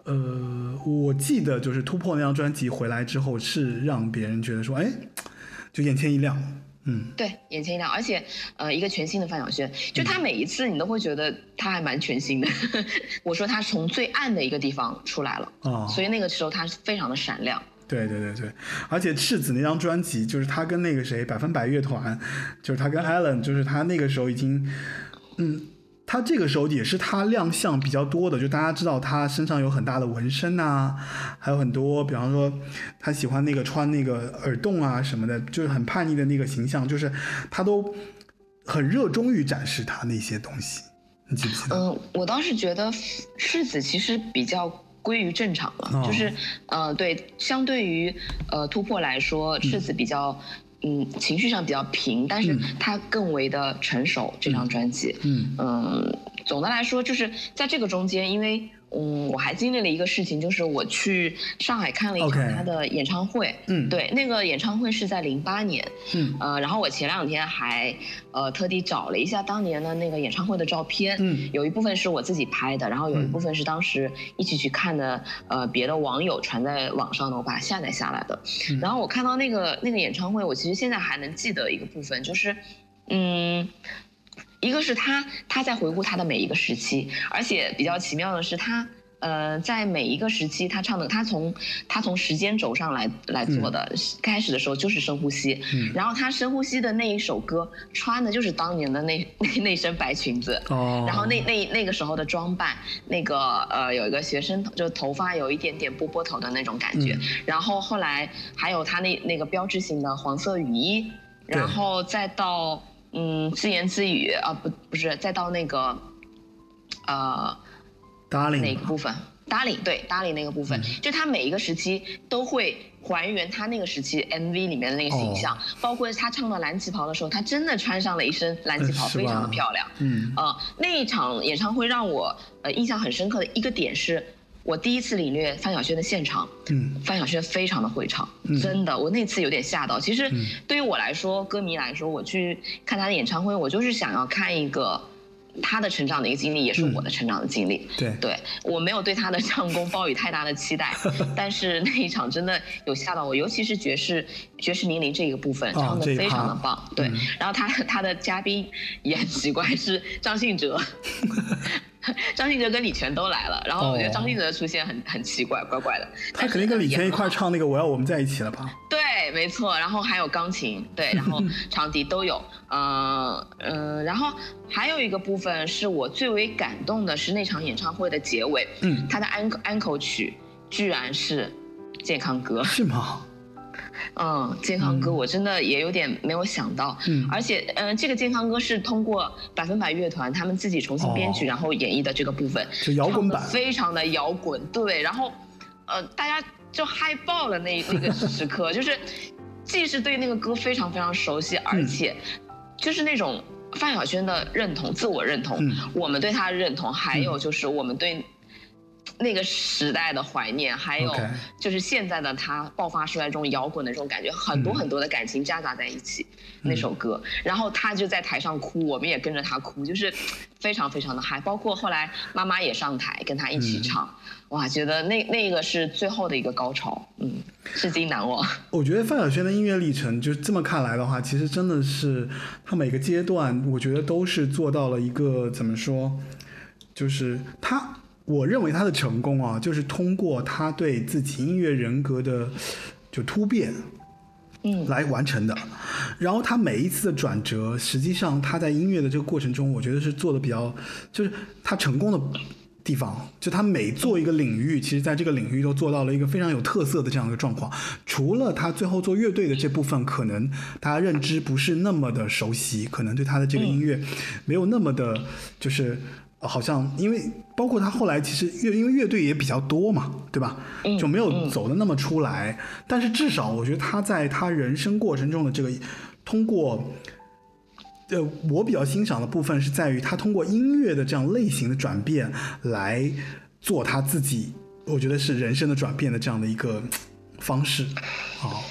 呃，我记得就是突破那张专辑回来之后，是让别人觉得说，哎，就眼前一亮。嗯， 对，眼前一亮，而且呃，一个全新的范晓萱，就她每一次你都会觉得她还蛮全新的。我说她从最暗的一个地方出来了，哦，所以那个时候她非常的闪亮。 对对对对，而且赤子那张专辑，就是他跟那个谁百分百乐团，就是他跟 Alan， 就是他那个时候已经，嗯。他这个时候也是他亮相比较多的，就大家知道他身上有很大的纹身啊，还有很多，比方说他喜欢那个穿那个耳洞啊什么的，就是很叛逆的那个形象，就是他都很热衷于展示他那些东西，你记不记得？ 嗯，我倒是觉得赤子其实比较归于正常了，哦、就是呃，对，相对于呃突破来说，赤子比较。嗯嗯，情绪上比较平，但是他更为的成熟。嗯、这张专辑，嗯嗯，总的来说就是在这个中间，因为嗯，我还经历了一个事情，就是我去上海看了一场他的演唱会，嗯，对，那个演唱会是在零八年，嗯呃，然后我前两天还呃特地找了一下当年的那个演唱会的照片，嗯，有一部分是我自己拍的，然后有一部分是当时一起去看的，呃，别的网友传在网上的，我把它下载下来的，嗯、然后我看到那个那个演唱会，我其实现在还能记得一个部分，就是嗯。一个是他他在回顾他的每一个时期，而且比较奇妙的是他呃在每一个时期他唱的，他从他从时间轴上来来做的，嗯、开始的时候就是深呼吸，嗯、然后他深呼吸的那一首歌穿的就是当年的那那那身白裙子，哦，然后那那那个时候的装扮，那个呃有一个学生就头发有一点点波波头的那种感觉，嗯、然后后来还有他那那个标志性的黄色雨衣，然后再到。嗯，自言自语啊，不不是，再到那个，呃 ，Darling 哪个部分 ？Darling 对 ，Darling 那个部分，嗯、就他每一个时期都会还原他那个时期 M V 里面的那个形象，哦、包括他唱到蓝旗袍的时候，他真的穿上了一身蓝旗袍，非常的漂亮。嗯，呃，那一场演唱会让我呃印象很深刻的一个点是。我第一次领略范晓萱的现场，嗯，范晓萱非常的会唱，嗯、真的，我那次有点吓到。其实对于我来说，歌迷来说，我去看她的演唱会，我就是想要看一个她的成长的一个经历，也是我的成长的经历。嗯、对，对我没有对她的唱功抱有太大的期待，但是那一场真的有吓到我，尤其是爵士爵士名伶这一个部分，唱得非常的棒。哦、对，嗯、然后他他的嘉宾也很奇怪，是张信哲。张信哲跟李泉都来了，然后我觉得张信哲的出现很很奇怪，怪怪的。 他肯定跟李泉一块唱那个《我要我们在一起》了吧？ 对，没错。然后还有钢琴，对，然后长笛都有。嗯嗯、呃，然后还有一个部分是我最为感动的是那场演唱会的结尾，嗯，他的安安口曲居然是《健康歌》。 是吗？ 嗯，健康歌我真的也有点没有想到，嗯，而且嗯、呃，这个健康歌是通过百分百乐团他们自己重新编曲，哦、然后演绎的这个部分， 是摇滚版， 非常的摇滚，对，然后呃，大家就嗨爆了那那个时刻，就是既是对那个歌非常非常熟悉，而且就是那种范晓萱的认同、自我认同，嗯、我们对她的认同，还有就是我们对。那个时代的怀念，还有就是现在的他爆发出来这种摇滚的这种感觉，很多很多的感情夹杂在一起。嗯、那首歌，然后他就在台上哭，我们也跟着他哭，就是非常非常的嗨。包括后来妈妈也上台跟他一起唱，嗯、哇，觉得那那个是最后的一个高潮，嗯，至今难忘。 我觉得范晓萱的音乐历程，就这么看来的话，其实真的是他每个阶段，我觉得都是做到了一个怎么说，就是他。我认为他的成功啊，就是通过他对自己音乐人格的就突变，嗯，来完成的。然后他每一次的转折，实际上他在音乐的这个过程中，我觉得是做的比较，就是他成功的地方，就他每做一个领域，其实在这个领域都做到了一个非常有特色的这样一个状况。除了他最后做乐队的这部分，可能大家认知不是那么的熟悉，可能对他的这个音乐没有那么的，就是好像因为包括他后来其实乐因为乐队也比较多嘛，对吧？就没有走的那么出来。但是至少我觉得他在他人生过程中的这个通过。呃，我比较欣赏的部分是在于他通过音乐的这样类型的转变来做他自己，我觉得是人生的转变的这样的一个方式。好， 嗯。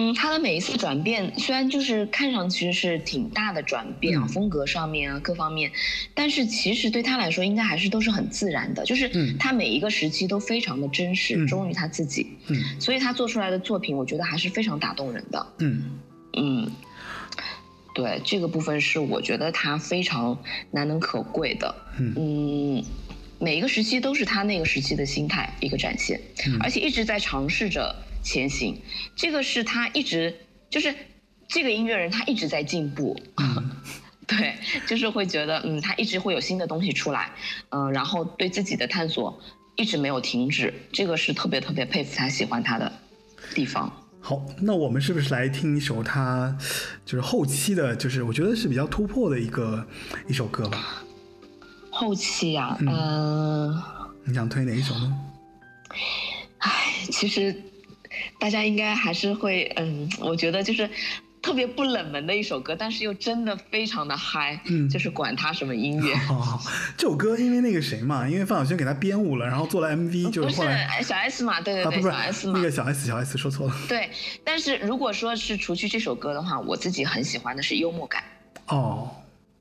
嗯，他的每一次转变，虽然就是看上去是挺大的转变啊， 嗯、 风格上面啊各方面，但是其实对他来说，应该还是都是很自然的，就是他每一个时期都非常的真实， 嗯、 忠于他自己。嗯，所以他做出来的作品，我觉得还是非常打动人的。 嗯嗯，对，这个部分是我觉得他非常难能可贵的。嗯。嗯每一个时期都是他那个时期的心态一个展现，嗯、而且一直在尝试着前行。这个是他一直就是这个音乐人，他一直在进步。嗯、对，就是会觉得，嗯，他一直会有新的东西出来，嗯、呃，然后对自己的探索一直没有停止，这个是特别特别佩服他、喜欢他的地方。 好，那我们是不是来听一首他就是后期的，就是我觉得是比较突破的一个一首歌吧？ 后期啊，嗯、呃， 你想推哪一首呢？ 唉，其实大家应该还是会，嗯，我觉得就是特别不冷门的一首歌，但是又真的非常的嗨，嗯，就是管他什么音乐。 好好好，这首歌因为那个谁嘛，因为范晓萱给他编舞了，然后做了 M V， 就是后来不是小 S 嘛，对对对， 啊、不不小 S 嘛， 那个小 S 小 S 说错了。 对，但是如果说是除去这首歌的话，我自己很喜欢的是幽默感。 哦。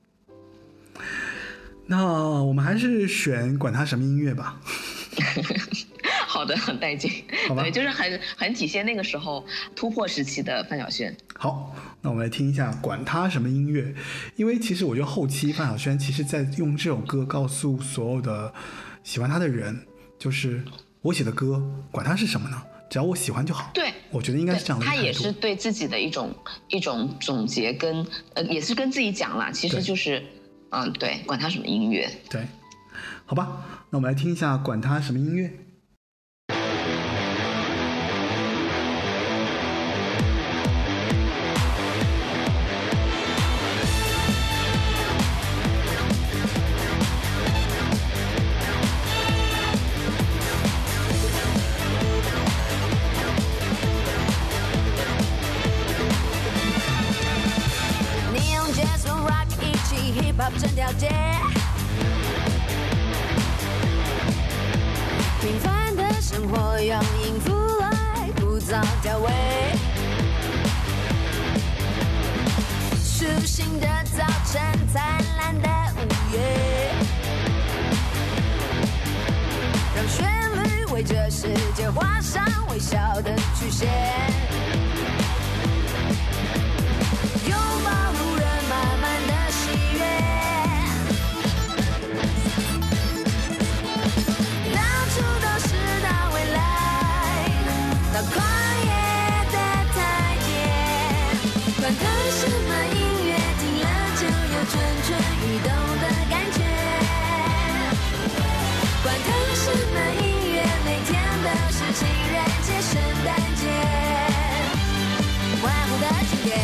那我们还是选管他什么音乐吧。 好的，很带劲。 好吧， 对，就是很很体现那个时候突破时期的范晓萱。 好，那我们来听一下管他什么音乐，因为其实我觉得后期范晓萱其实在用这首歌告诉所有的喜欢他的人，就是我写的歌管他是什么呢，只要我喜欢就好。 对， 我觉得应该是这样的一个态度。 他也是对自己的一种一种总结跟呃，也是跟自己讲啦，其实就是嗯，对，管他什么音乐。 对，好吧，那我们来听一下管他什么音乐。 整条街，平凡的生活用音符来枯燥调味，舒心的早晨，灿烂的午夜，让旋律为这世界画上微笑的曲线，拥抱路人满满的喜悦。跨越的台阶，管它什么音乐，听了就有蠢蠢欲动的感觉。管它什么音乐，每天都是情人节、圣诞节，欢呼的庆典。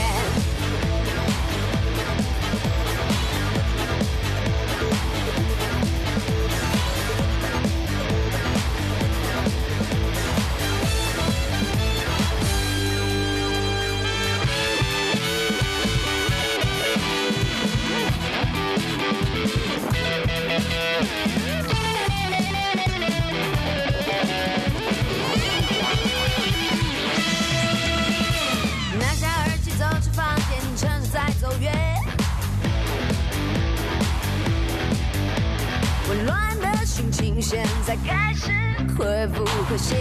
混乱的心情现在开始恢复和谐，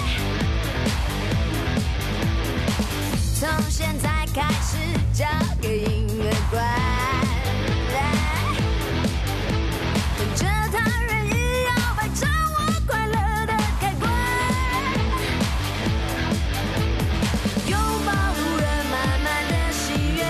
从现在开始交给音乐观，跟着他人一摇摆，掌握快乐的开关，拥抱路人满满的喜悦，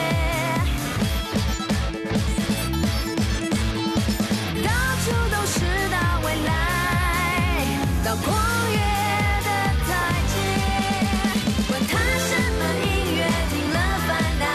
到处都是大未来，到跨越的台阶，管他什么音乐，听了烦恼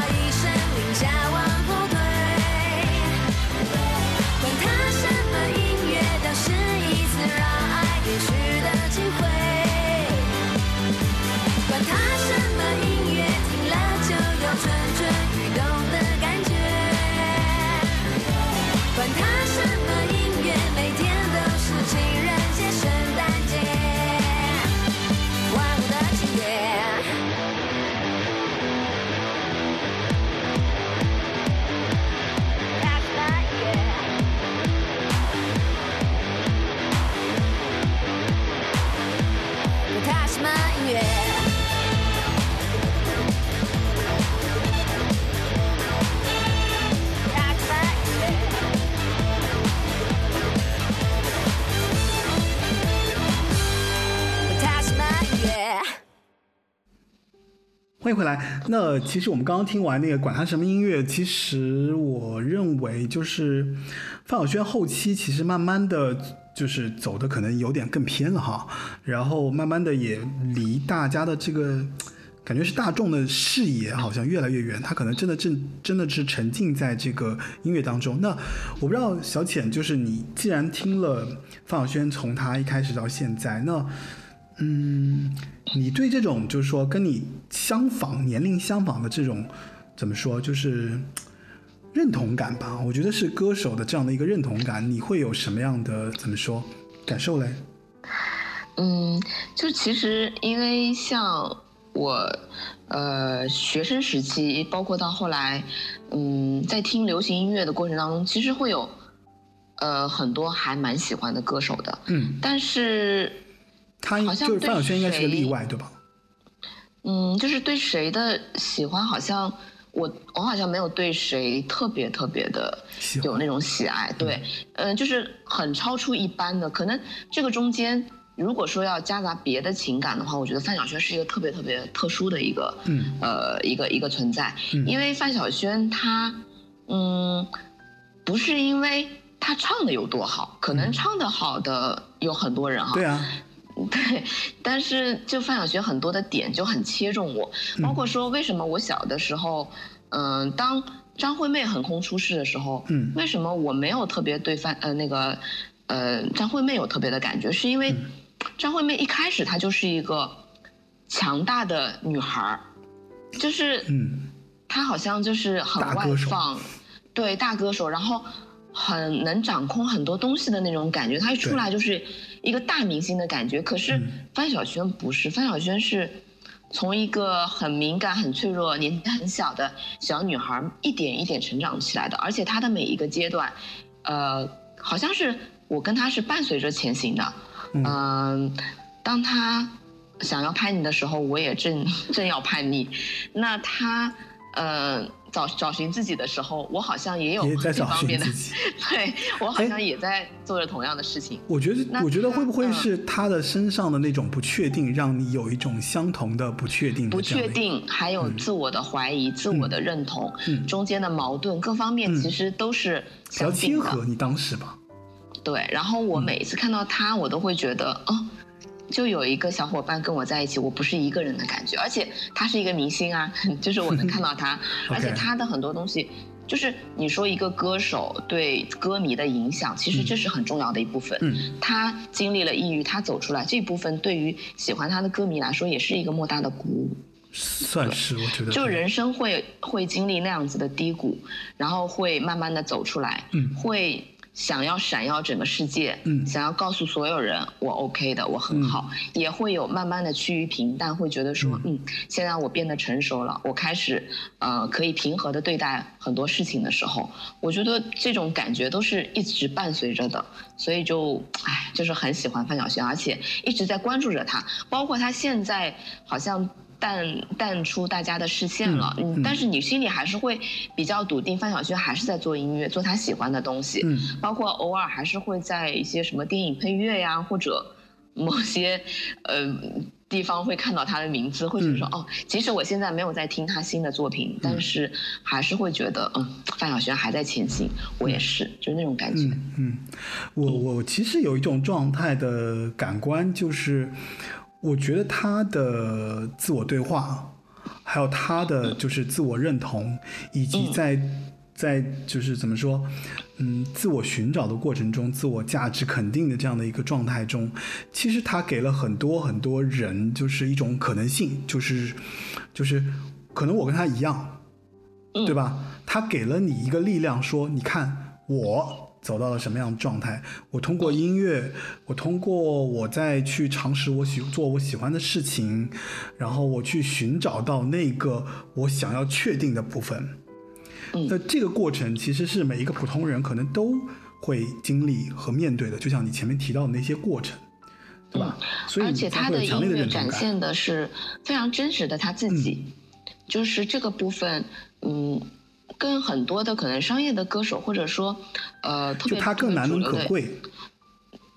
欢迎回来。那其实我们刚刚听完那个管他什么音乐，其实我认为就是范晓萱后期其实慢慢的就是走的可能有点更偏了哈，然后慢慢的也离大家的这个感觉是大众的视野好像越来越远，他可能真的真真的是沉浸在这个音乐当中。那我不知道小浅，就是你既然听了范晓萱从他一开始到现在，那嗯，你对这种就是说跟你相仿年龄相仿的这种怎么说，就是认同感吧，我觉得是歌手的这样的一个认同感，你会有什么样的怎么说感受嘞？ 嗯，就其实因为像我呃学生时期，包括到后来，嗯，在听流行音乐的过程当中，其实会有呃很多还蛮喜欢的歌手的， 嗯， 但是他就是范晓萱应该是个例外，对吧？ 嗯，就是对谁的喜欢，好像我我好像没有对谁特别特别的有那种喜爱，对，嗯、呃，就是很超出一般的。可能这个中间，如果说要夹杂别的情感的话，我觉得范晓萱是一个特别特别特殊的一个，嗯，呃，一个一个存在。嗯、因为范晓萱她，嗯，不是因为她唱的有多好，可能唱的好的有很多人哈。 对啊。 对，但是就范晓萱很多的点就很切中我，包括说为什么我小的时候，嗯、呃，当张惠妹横空出世的时候，嗯，为什么我没有特别对范呃那个呃张惠妹有特别的感觉，是因为张惠妹一开始她就是一个强大的女孩，就是嗯，她好像就是很外放，对，大歌手，然后很能掌控很多东西的那种感觉，她一出来就是一个大明星的感觉。可是范晓萱不是，范晓萱是从一个很敏感、很脆弱、年纪很小的小女孩，一点一点成长起来的。而且她的每一个阶段，呃，好像是我跟她是伴随着前行的。嗯、呃，当她想要叛逆的时候，我也正正要叛逆。那她呃。找找寻自己的时候，我好像也有这方面的，对，我好像也在做着同样的事情。 我觉得，我觉得会不会是他的身上的那种不确定，让你有一种相同的不确定的不确定，还有自我的怀疑、嗯、自我的认同、嗯、中间的矛盾，各方面其实都是相近的。 比较贴合你当时吧。 对，然后我每一次看到他，我都会觉得，哦。就有一个小伙伴跟我在一起，我不是一个人的感觉，而且他是一个明星啊，就是我能看到他，而且他的很多东西，就是你说一个歌手对歌迷的影响，其实这是很重要的一部分。嗯，他经历了抑郁，他走出来，这部分对于喜欢他的歌迷来说，也是一个莫大的鼓舞。 算是，我觉得就人生会会经历那样子的低谷，然后会慢慢的走出来，嗯，会。想要闪耀整个世界，嗯，想要告诉所有人我 OK 的，我很好，嗯、也会有慢慢的趋于平淡，会觉得说，嗯，嗯现在我变得成熟了，我开始呃可以平和的对待很多事情的时候，我觉得这种感觉都是一直伴随着的，所以就哎，就是很喜欢范晓萱，而且一直在关注着她，包括她现在好像。淡淡出大家的视线了，嗯，嗯但是你心里还是会比较笃定，范晓萱还是在做音乐，做她喜欢的东西，嗯，包括偶尔还是会在一些什么电影配乐呀，或者某些呃地方会看到她的名字，会觉得说、嗯、哦，即使我现在没有在听她新的作品，嗯、但是还是会觉得嗯，范晓萱还在前行，我也是，就是那种感觉。 嗯，嗯我我其实有一种状态的感官就是。我觉得他的自我对话，还有他的就是自我认同，以及在、嗯、在就是怎么说，嗯，自我寻找的过程中，自我价值肯定的这样的一个状态中，其实他给了很多很多人就是一种可能性，就是就是可能我跟他一样，对吧？他给了你一个力量，说你看我。走到了什么样的状态？我通过音乐，我通过我再去尝试我喜做我喜欢的事情，然后我去寻找到那个我想要确定的部分。那这个过程其实是每一个普通人可能都会经历和面对的，就像你前面提到的那些过程，对吧？嗯、所以而且他的音乐展现的是非常真实的他自己，嗯、就是这个部分，嗯。跟很多的可能商业的歌手，或者说，呃，特别就他更难能可贵。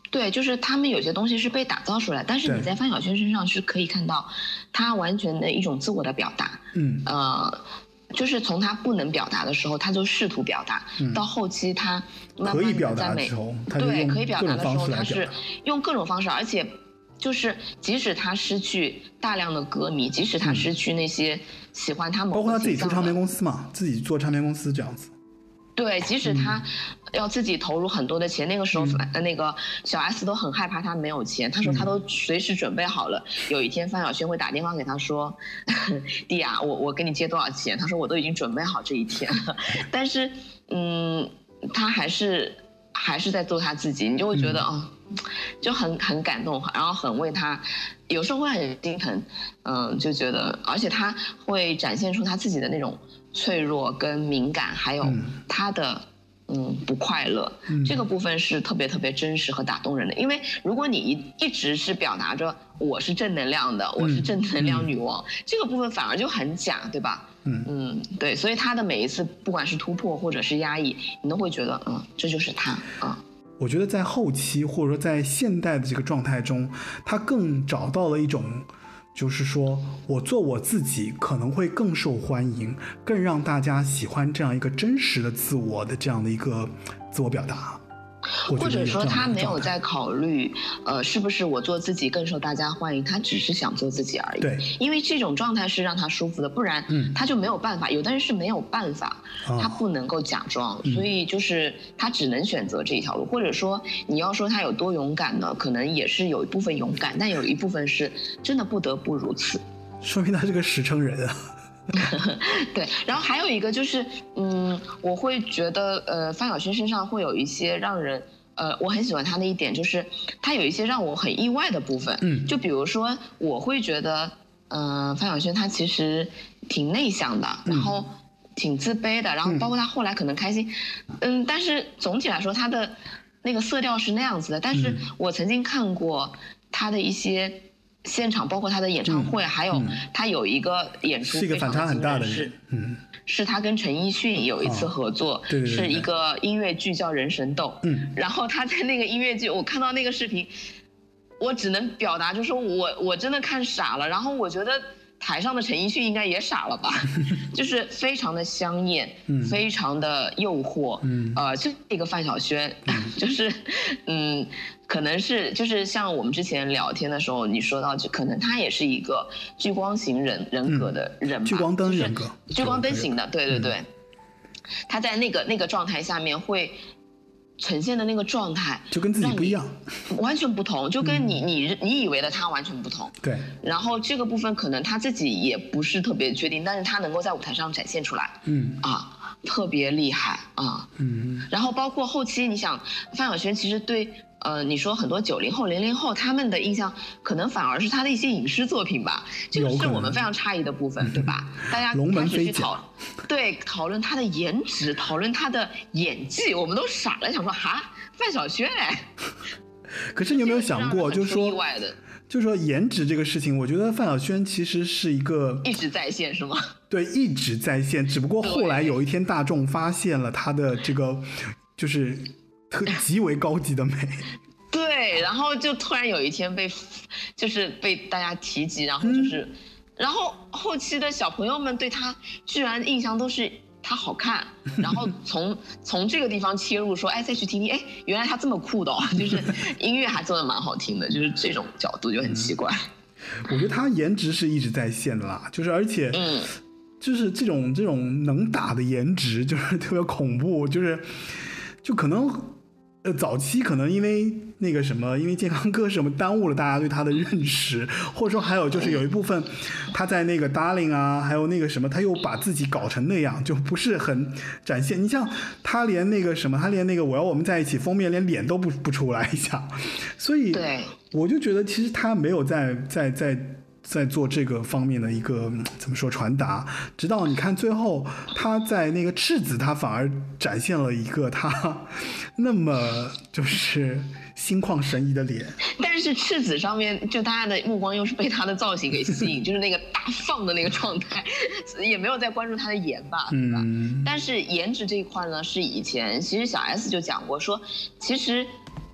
对，就是他们有些东西是被打造出来，但是你在范晓萱身上是可以看到她完全的一种自我的表达。 嗯， 呃，就是从她不能表达的时候，她就试图表达， 嗯、 到后期她慢慢的在美，对，可以表达的时候，她是用各种方式，而且就是即使她失去大量的歌迷，即使她失去那些喜欢她某个包括她自己出唱片公司嘛，自己做唱片公司这样子。 对，即使他要自己投入很多的钱，嗯、那个时候，嗯、那个小 S 都很害怕他没有钱。他说他都随时准备好了，嗯、有一天范晓萱会打电话给他说：“弟啊，我我给你借多少钱？”他说我都已经准备好这一天了。但是，嗯，他还是还是在做他自己，你就会觉得、嗯、哦，就很很感动，然后很为他，有时候会很心疼，嗯，就觉得，而且他会展现出他自己的那种脆弱跟敏感，还有他的嗯不快乐，嗯、这个部分是特别特别真实和打动人的。因为如果你一一直是表达着我是正能量的，我是正能量女王，嗯、这个部分反而就很假，对吧？嗯嗯，对，所以他的每一次不管是突破或者是压抑，你都会觉得嗯这就是他啊。 我觉得在后期或者说在现代的这个状态中，他更找到了一种。就是说我做我自己可能会更受欢迎，更让大家喜欢这样一个真实的自我的这样的一个自我表达。 或者说他没有在考虑呃是不是我做自己更受大家欢迎，他只是想做自己而已。 对， 因为这种状态是让他舒服的，不然他就没有办法、嗯、有的人是没有办法、哦、他不能够假装、嗯、所以就是他只能选择这一条路。或者说你要说他有多勇敢呢，可能也是有一部分勇敢，但有一部分是真的不得不如此， 说明他是个实诚人啊。 对，然后还有一个就是，嗯，我会觉得，呃，范晓萱身上会有一些让人，呃，我很喜欢她的一点就是，她有一些让我很意外的部分，嗯，就比如说，我会觉得，嗯、呃，范晓萱她其实挺内向的，然后挺自卑的，然后包括她后来可能开心，嗯，但是总体来说，她的那个色调是那样子的，但是我曾经看过她的一些。现场包括他的演唱会，嗯、还有他有一个演出， 是一个反差很大的人，嗯， 是他跟陈奕迅有一次合作，哦、对对对对是一个音乐剧叫《人神斗》，嗯，然后他在那个音乐剧，我看到那个视频，我只能表达就是我我真的看傻了，然后我觉得台上的陈奕迅应该也傻了吧，就是非常的香艳，嗯、非常的诱惑，嗯，呃，这一个范晓萱，嗯、就是嗯。可能是就是像我们之前聊天的时候，你说到就可能他也是一个聚光型人人格的人吧， 聚光灯人格， 就是聚光灯型的，对对对，嗯、他在那个那个状态下面会呈现的那个状态， 就跟自己不一样， 完全不同，就跟你、嗯、你你以为的他完全不同。 对， 然后这个部分可能他自己也不是特别确定，但是他能够在舞台上展现出来，嗯啊，特别厉害啊，嗯，然后包括后期，你想范晓萱其实对。呃，你说很多九零后、零零后他们的印象，可能反而是他的一些影视作品吧，这个是我们非常诧异的部分，对吧？大家开始去讨，对，讨论他的颜值，讨论他的演技，我们都傻了，想说哈，范晓萱哎。 可是你有没有想过，就是说，就是说颜值这个事情，我觉得范晓萱其实是一个一直在线，是吗？ 对，一直在线，只不过后来有一天大众发现了他的这个，就是。特极为高级的美， 对，然后就突然有一天被，就是被大家提及，然后就是，嗯、然后后期的小朋友们对他居然印象都是他好看，然后从从这个地方切入说，哎，再去听听，哎，原来他这么酷的、哦，就是音乐还做得蛮好听的，就是这种角度就很奇怪。 嗯、我觉得他颜值是一直在线的啦，就是而且，嗯，就是这种这种能打的颜值，就是特别恐怖，就是就可能。呃，早期可能因为那个什么，因为健康歌什么耽误了大家对他的认识，或者说还有就是有一部分他在那个 Darling 啊，还有那个什么，他又把自己搞成那样，就不是很展现。你像他连那个什么，他连那个我要我们在一起封面连脸都不不出来一下，所以我就觉得其实他没有在在在。在做这个方面的一个怎么说传达，直到你看最后他在那个赤子，他反而展现了一个他那么就是心旷神怡的脸。 但是赤子上面就大家的目光又是被他的造型给吸引，就是那个大放的那个状态，也没有在关注他的颜吧，对吧？嗯、但是颜值这一块呢，是以前其实小 S 就讲过说，其实。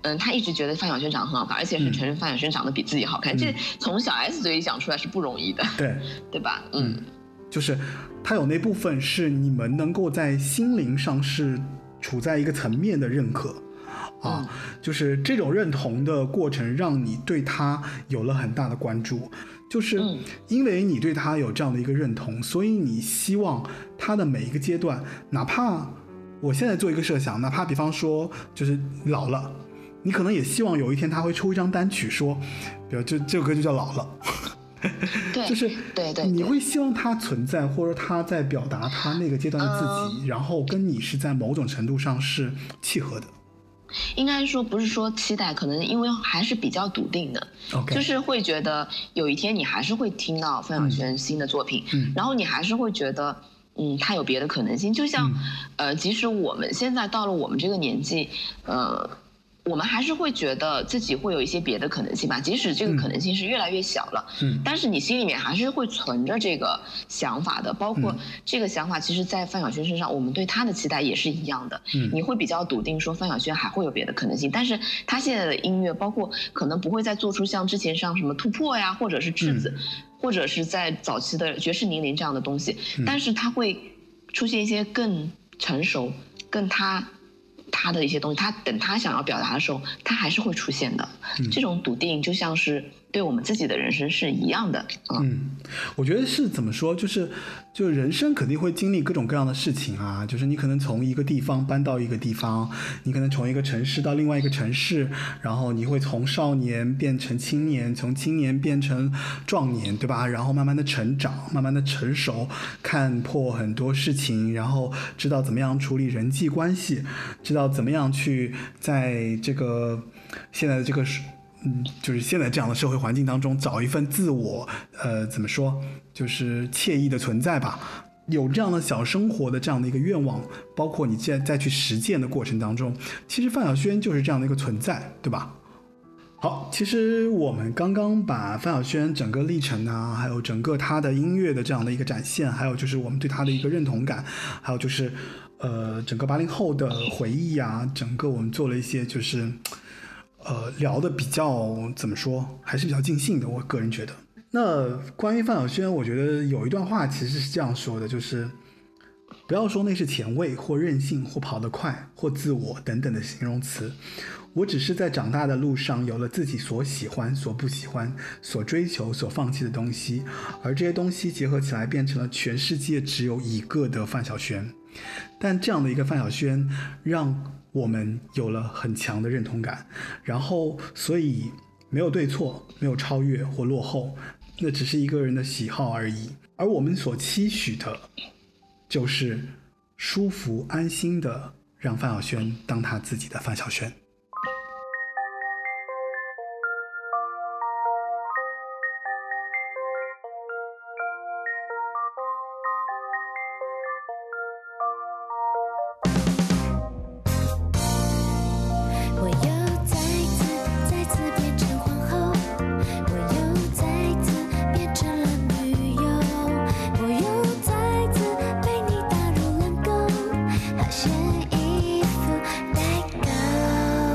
嗯，他一直觉得范晓萱长得很好看，而且是承认范晓萱长得比自己好看，嗯、这从小 S 嘴里讲出来是不容易的， 对对吧？嗯， 嗯就是他有那部分是你们能够在心灵上是处在一个层面的认可。啊， 嗯、 就是这种认同的过程让你对他有了很大的关注，就是因为你对他有这样的一个认同，所以你希望他的每一个阶段，哪怕我现在做一个设想，哪怕比方说就是老了，你可能也希望有一天他会出一张单曲说，比如这这个歌就叫老了。 对， 就是对对， 你会希望他存在，或者他在表达他那个阶段的自己，嗯、然后跟你是在某种程度上是契合的。 应该说不是说期待，可能因为还是比较笃定的， okay. 就是会觉得有一天你还是会听到范晓萱新的作品，嗯、然后你还是会觉得，嗯，他有别的可能性。就像，嗯、呃，即使我们现在到了我们这个年纪，呃。我们还是会觉得自己会有一些别的可能性吧，即使这个可能性是越来越小了，嗯，但是你心里面还是会存着这个想法的，包括这个想法，其实在范晓萱身上，我们对她的期待也是一样的，嗯，你会比较笃定说范晓萱还会有别的可能性，但是她现在的音乐，包括可能不会再做出像之前像什么突破呀，或者是质子，嗯、或者是在早期的爵士宁林这样的东西，嗯、但是她会出现一些更成熟、更她。他的一些东西，他等他想要表达的时候，他还是会出现的。嗯、这种笃定就像是对我们自己的人生是一样的。嗯， 嗯我觉得是怎么说，就是就人生肯定会经历各种各样的事情啊，就是你可能从一个地方搬到一个地方，你可能从一个城市到另外一个城市，然后你会从少年变成青年，从青年变成壮年，对吧？然后慢慢的成长，慢慢的成熟，看破很多事情，然后知道怎么样处理人际关系，知道怎么样去在这个现在的这个嗯，就是现在这样的社会环境当中找一份自我，呃，怎么说，就是惬意的存在吧。有这样的小生活的这样的一个愿望，包括你再再去实践的过程当中，其实范晓萱就是这样的一个存在，对吧？好，其实我们刚刚把范晓萱整个历程啊，还有整个她的音乐的这样的一个展现，还有就是我们对她的一个认同感，还有就是呃整个八零后的回忆啊，整个我们做了一些就是呃聊的比较怎么说，还是比较尽兴的，我个人觉得。那关于范晓萱，我觉得有一段话其实是这样说的，就是不要说那是前卫或任性或跑得快或自我等等的形容词，我只是在长大的路上有了自己所喜欢所不喜欢所追求所放弃的东西，而这些东西结合起来变成了全世界只有一个的范晓萱。但这样的一个范晓萱让我们有了很强的认同感，然后所以没有对错，没有超越或落后，那只是一个人的喜好而已。而我们所期许的就是舒服安心的让范晓萱当她自己的范晓萱。 好像衣服代购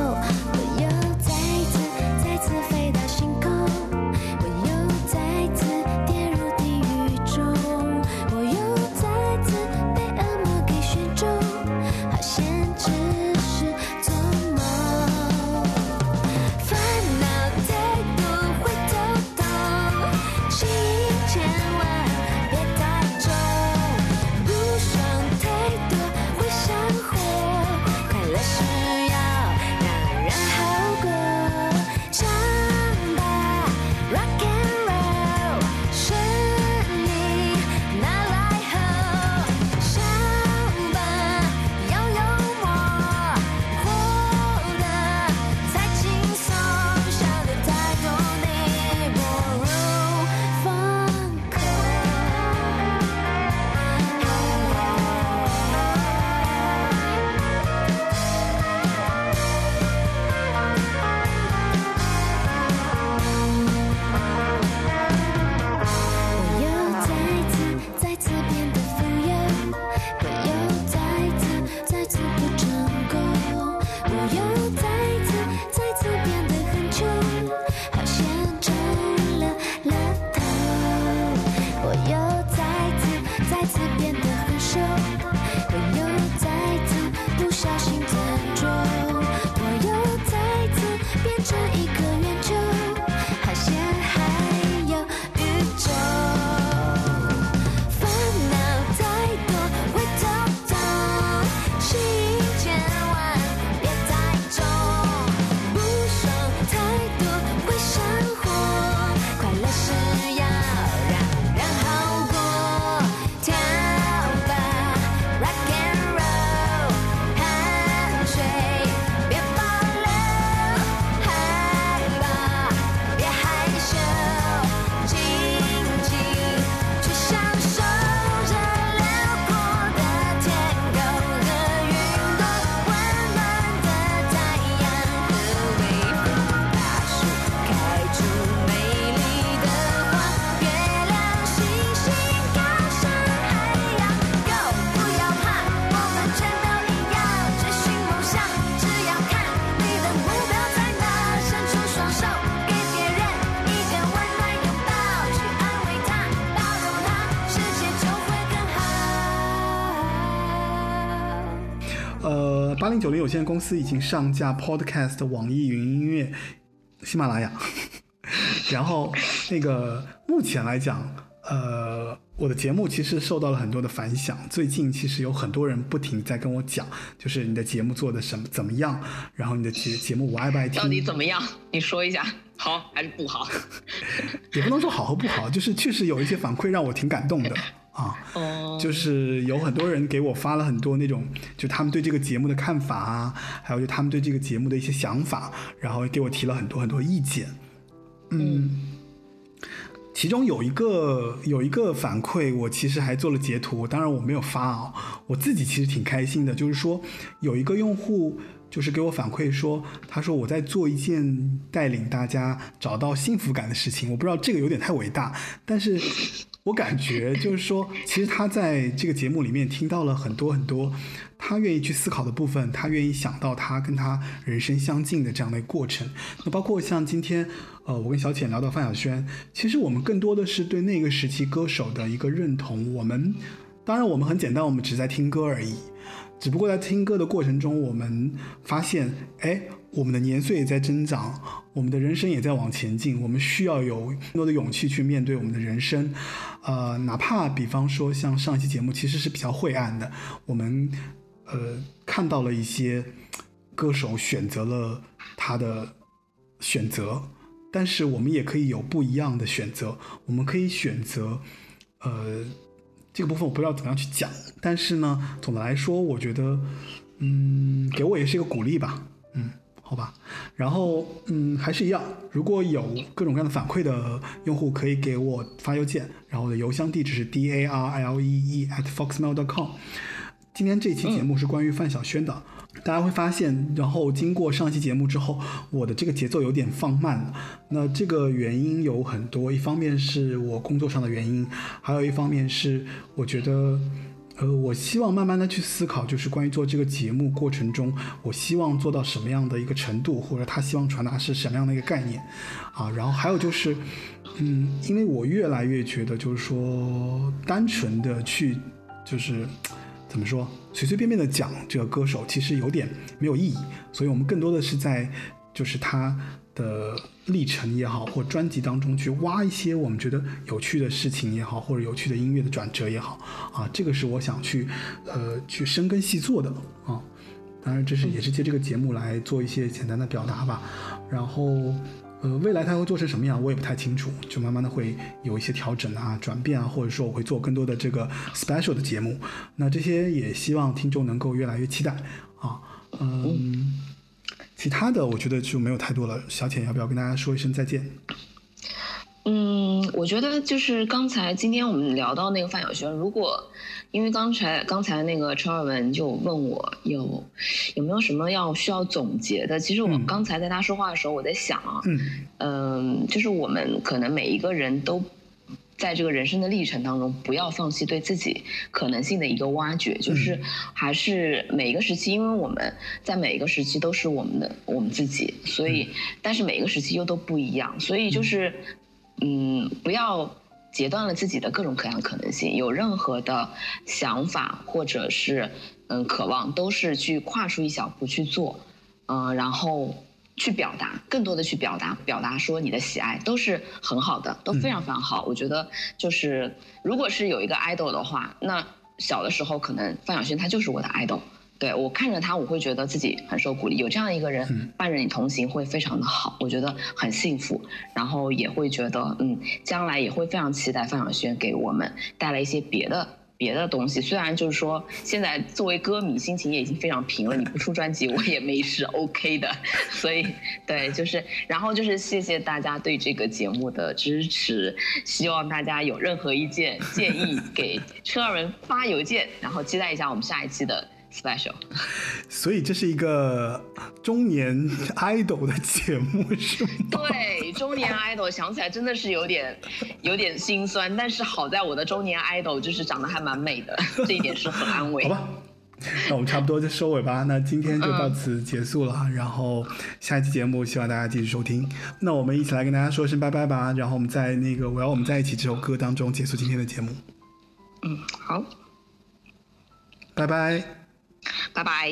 八零九零有限公司已经上架 Podcast、网易云音乐、喜马拉雅。然后那个目前来讲，呃，我的节目其实受到了很多的反响。最近其实有很多人不停在跟我讲，就是你的节目做的什么怎么样，然后你的节节目我爱不爱听， 到底怎么样？你说一下，好还是不好？ 也不能说好和不好，就是确实有一些反馈让我挺感动的。啊，就是有很多人给我发了很多那种，就他们对这个节目的看法啊，还有就他们对这个节目的一些想法，然后给我提了很多很多意见。嗯，其中有一个有一个反馈，我其实还做了截图，当然我没有发啊。我自己其实挺开心的，就是说有一个用户就是给我反馈说，他说我在做一件带领大家找到幸福感的事情。我不知道这个有点太伟大，但是我感觉就是说，其实他在这个节目里面听到了很多很多他愿意去思考的部分，他愿意想到他跟他人生相近的这样的一个过程。那包括像今天呃，我跟小浅聊到范晓萱，其实我们更多的是对那个时期歌手的一个认同。我们当然我们很简单，我们只是在听歌而已，只不过在听歌的过程中，我们发现哎，我们的年岁也在增长，我们的人生也在往前进，我们需要有更多的勇气去面对我们的人生。呃，哪怕比方说像上一期节目其实是比较晦暗的，我们呃看到了一些歌手选择了他的选择，但是我们也可以有不一样的选择。我们可以选择呃这个部分我不知道怎么样去讲，但是呢总的来说我觉得嗯给我也是一个鼓励吧。嗯，好吧。然后嗯还是一样，如果有各种各样的反馈的用户可以给我发邮件，然后我的邮箱地址是 d a r l e e at foxmail dot com。 今天这期节目是关于范晓萱的。大家会发现，然后经过上期节目之后，我的这个节奏有点放慢了。那这个原因有很多，一方面是我工作上的原因，还有一方面是我觉得呃，我希望慢慢的去思考，就是关于做这个节目过程中，我希望做到什么样的一个程度，或者他希望传达是什么样的一个概念啊。然后还有就是嗯，因为我越来越觉得就是说单纯的去就是怎么说随随便便的讲这个歌手其实有点没有意义，所以我们更多的是在就是他的历程也好，或专辑当中去挖一些我们觉得有趣的事情也好，或者有趣的音乐的转折也好啊，这个是我想去呃去深耕细作的啊。当然这是也是借这个节目来做一些简单的表达吧。然后呃，未来它会做成什么样我也不太清楚，就慢慢的会有一些调整啊转变啊，或者说我会做更多的这个 special 的节目，那这些也希望听众能够越来越期待啊。嗯，其他的我觉得就没有太多了。小浅要不要跟大家说一声再见？ 嗯，我觉得就是刚才今天我们聊到那个范晓萱，如果因为刚才刚才那个车尔文就问我有有没有什么要需要总结的，其实我刚才在他说话的时候我在想啊，嗯、呃，就是我们可能每一个人都在这个人生的历程当中不要放弃对自己可能性的一个挖掘，就是还是每一个时期，因为我们在每一个时期都是我们的我们自己，所以但是每一个时期又都不一样，所以就是嗯不要截断了自己的各种各样的可能性，有任何的想法或者是嗯渴望都是去跨出一小步去做，嗯然后去表达，更多的去表达表达说你的喜爱都是很好的，都非常非常好、嗯、我觉得就是如果是有一个 idol 的话，那小的时候可能范晓萱她就是我的 idol， 对，我看着她我会觉得自己很受鼓励，有这样一个人伴着你同行会非常的好，我觉得很幸福，然后也会觉得嗯将来也会非常期待范晓萱给我们带来一些别的别的东西，虽然就是说现在作为歌迷心情也已经非常平了，你不出专辑我也没事 OK 的，所以对就是然后就是谢谢大家对这个节目的支持，希望大家有任何意见建议给车尔文发邮件，然后期待一下我们下一期的special。 所以这是一个中年 idol 的节目是吗？ 对，中年 idol 想起来真的是有点有点心酸，但是好在我的中年 idol 就是长得还蛮美的，这一点是很安慰。 好吧，那我们差不多就收尾吧，那今天就到此结束了、嗯、然后下一期节目希望大家继续收听，那我们一起来跟大家说声拜拜吧，然后我们在那个我要我们在一起这首歌当中结束今天的节目。 嗯，好， 拜拜， 拜拜。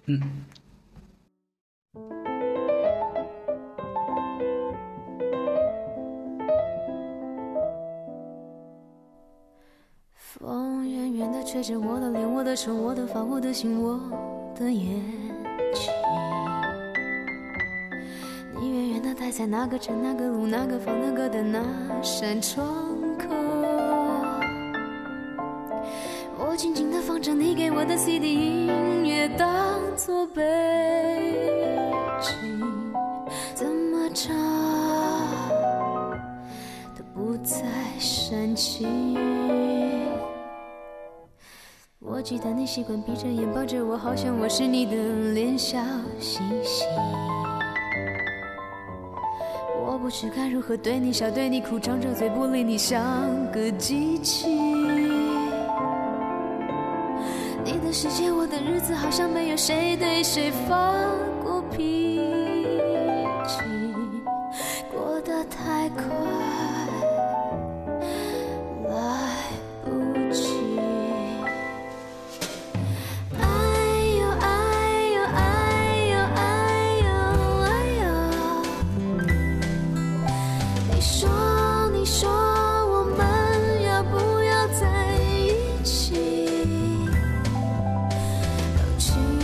嗯。 风远远地吹着我的脸，我的手，我的发，我的心，我的眼睛。你远远地待在那个城，那个路，那个房，那个的那扇窗口。我静静地放着你给我的 C D 音乐，当作背景，怎么唱都不再煽情。我记得你习惯闭着眼抱着我，好像我是你的脸小星星。我不知该如何对你笑，对你哭，张着嘴不理你，像个机器。你的世界，我的日子，好像没有谁对谁发过脾气，过得太快，来不及。去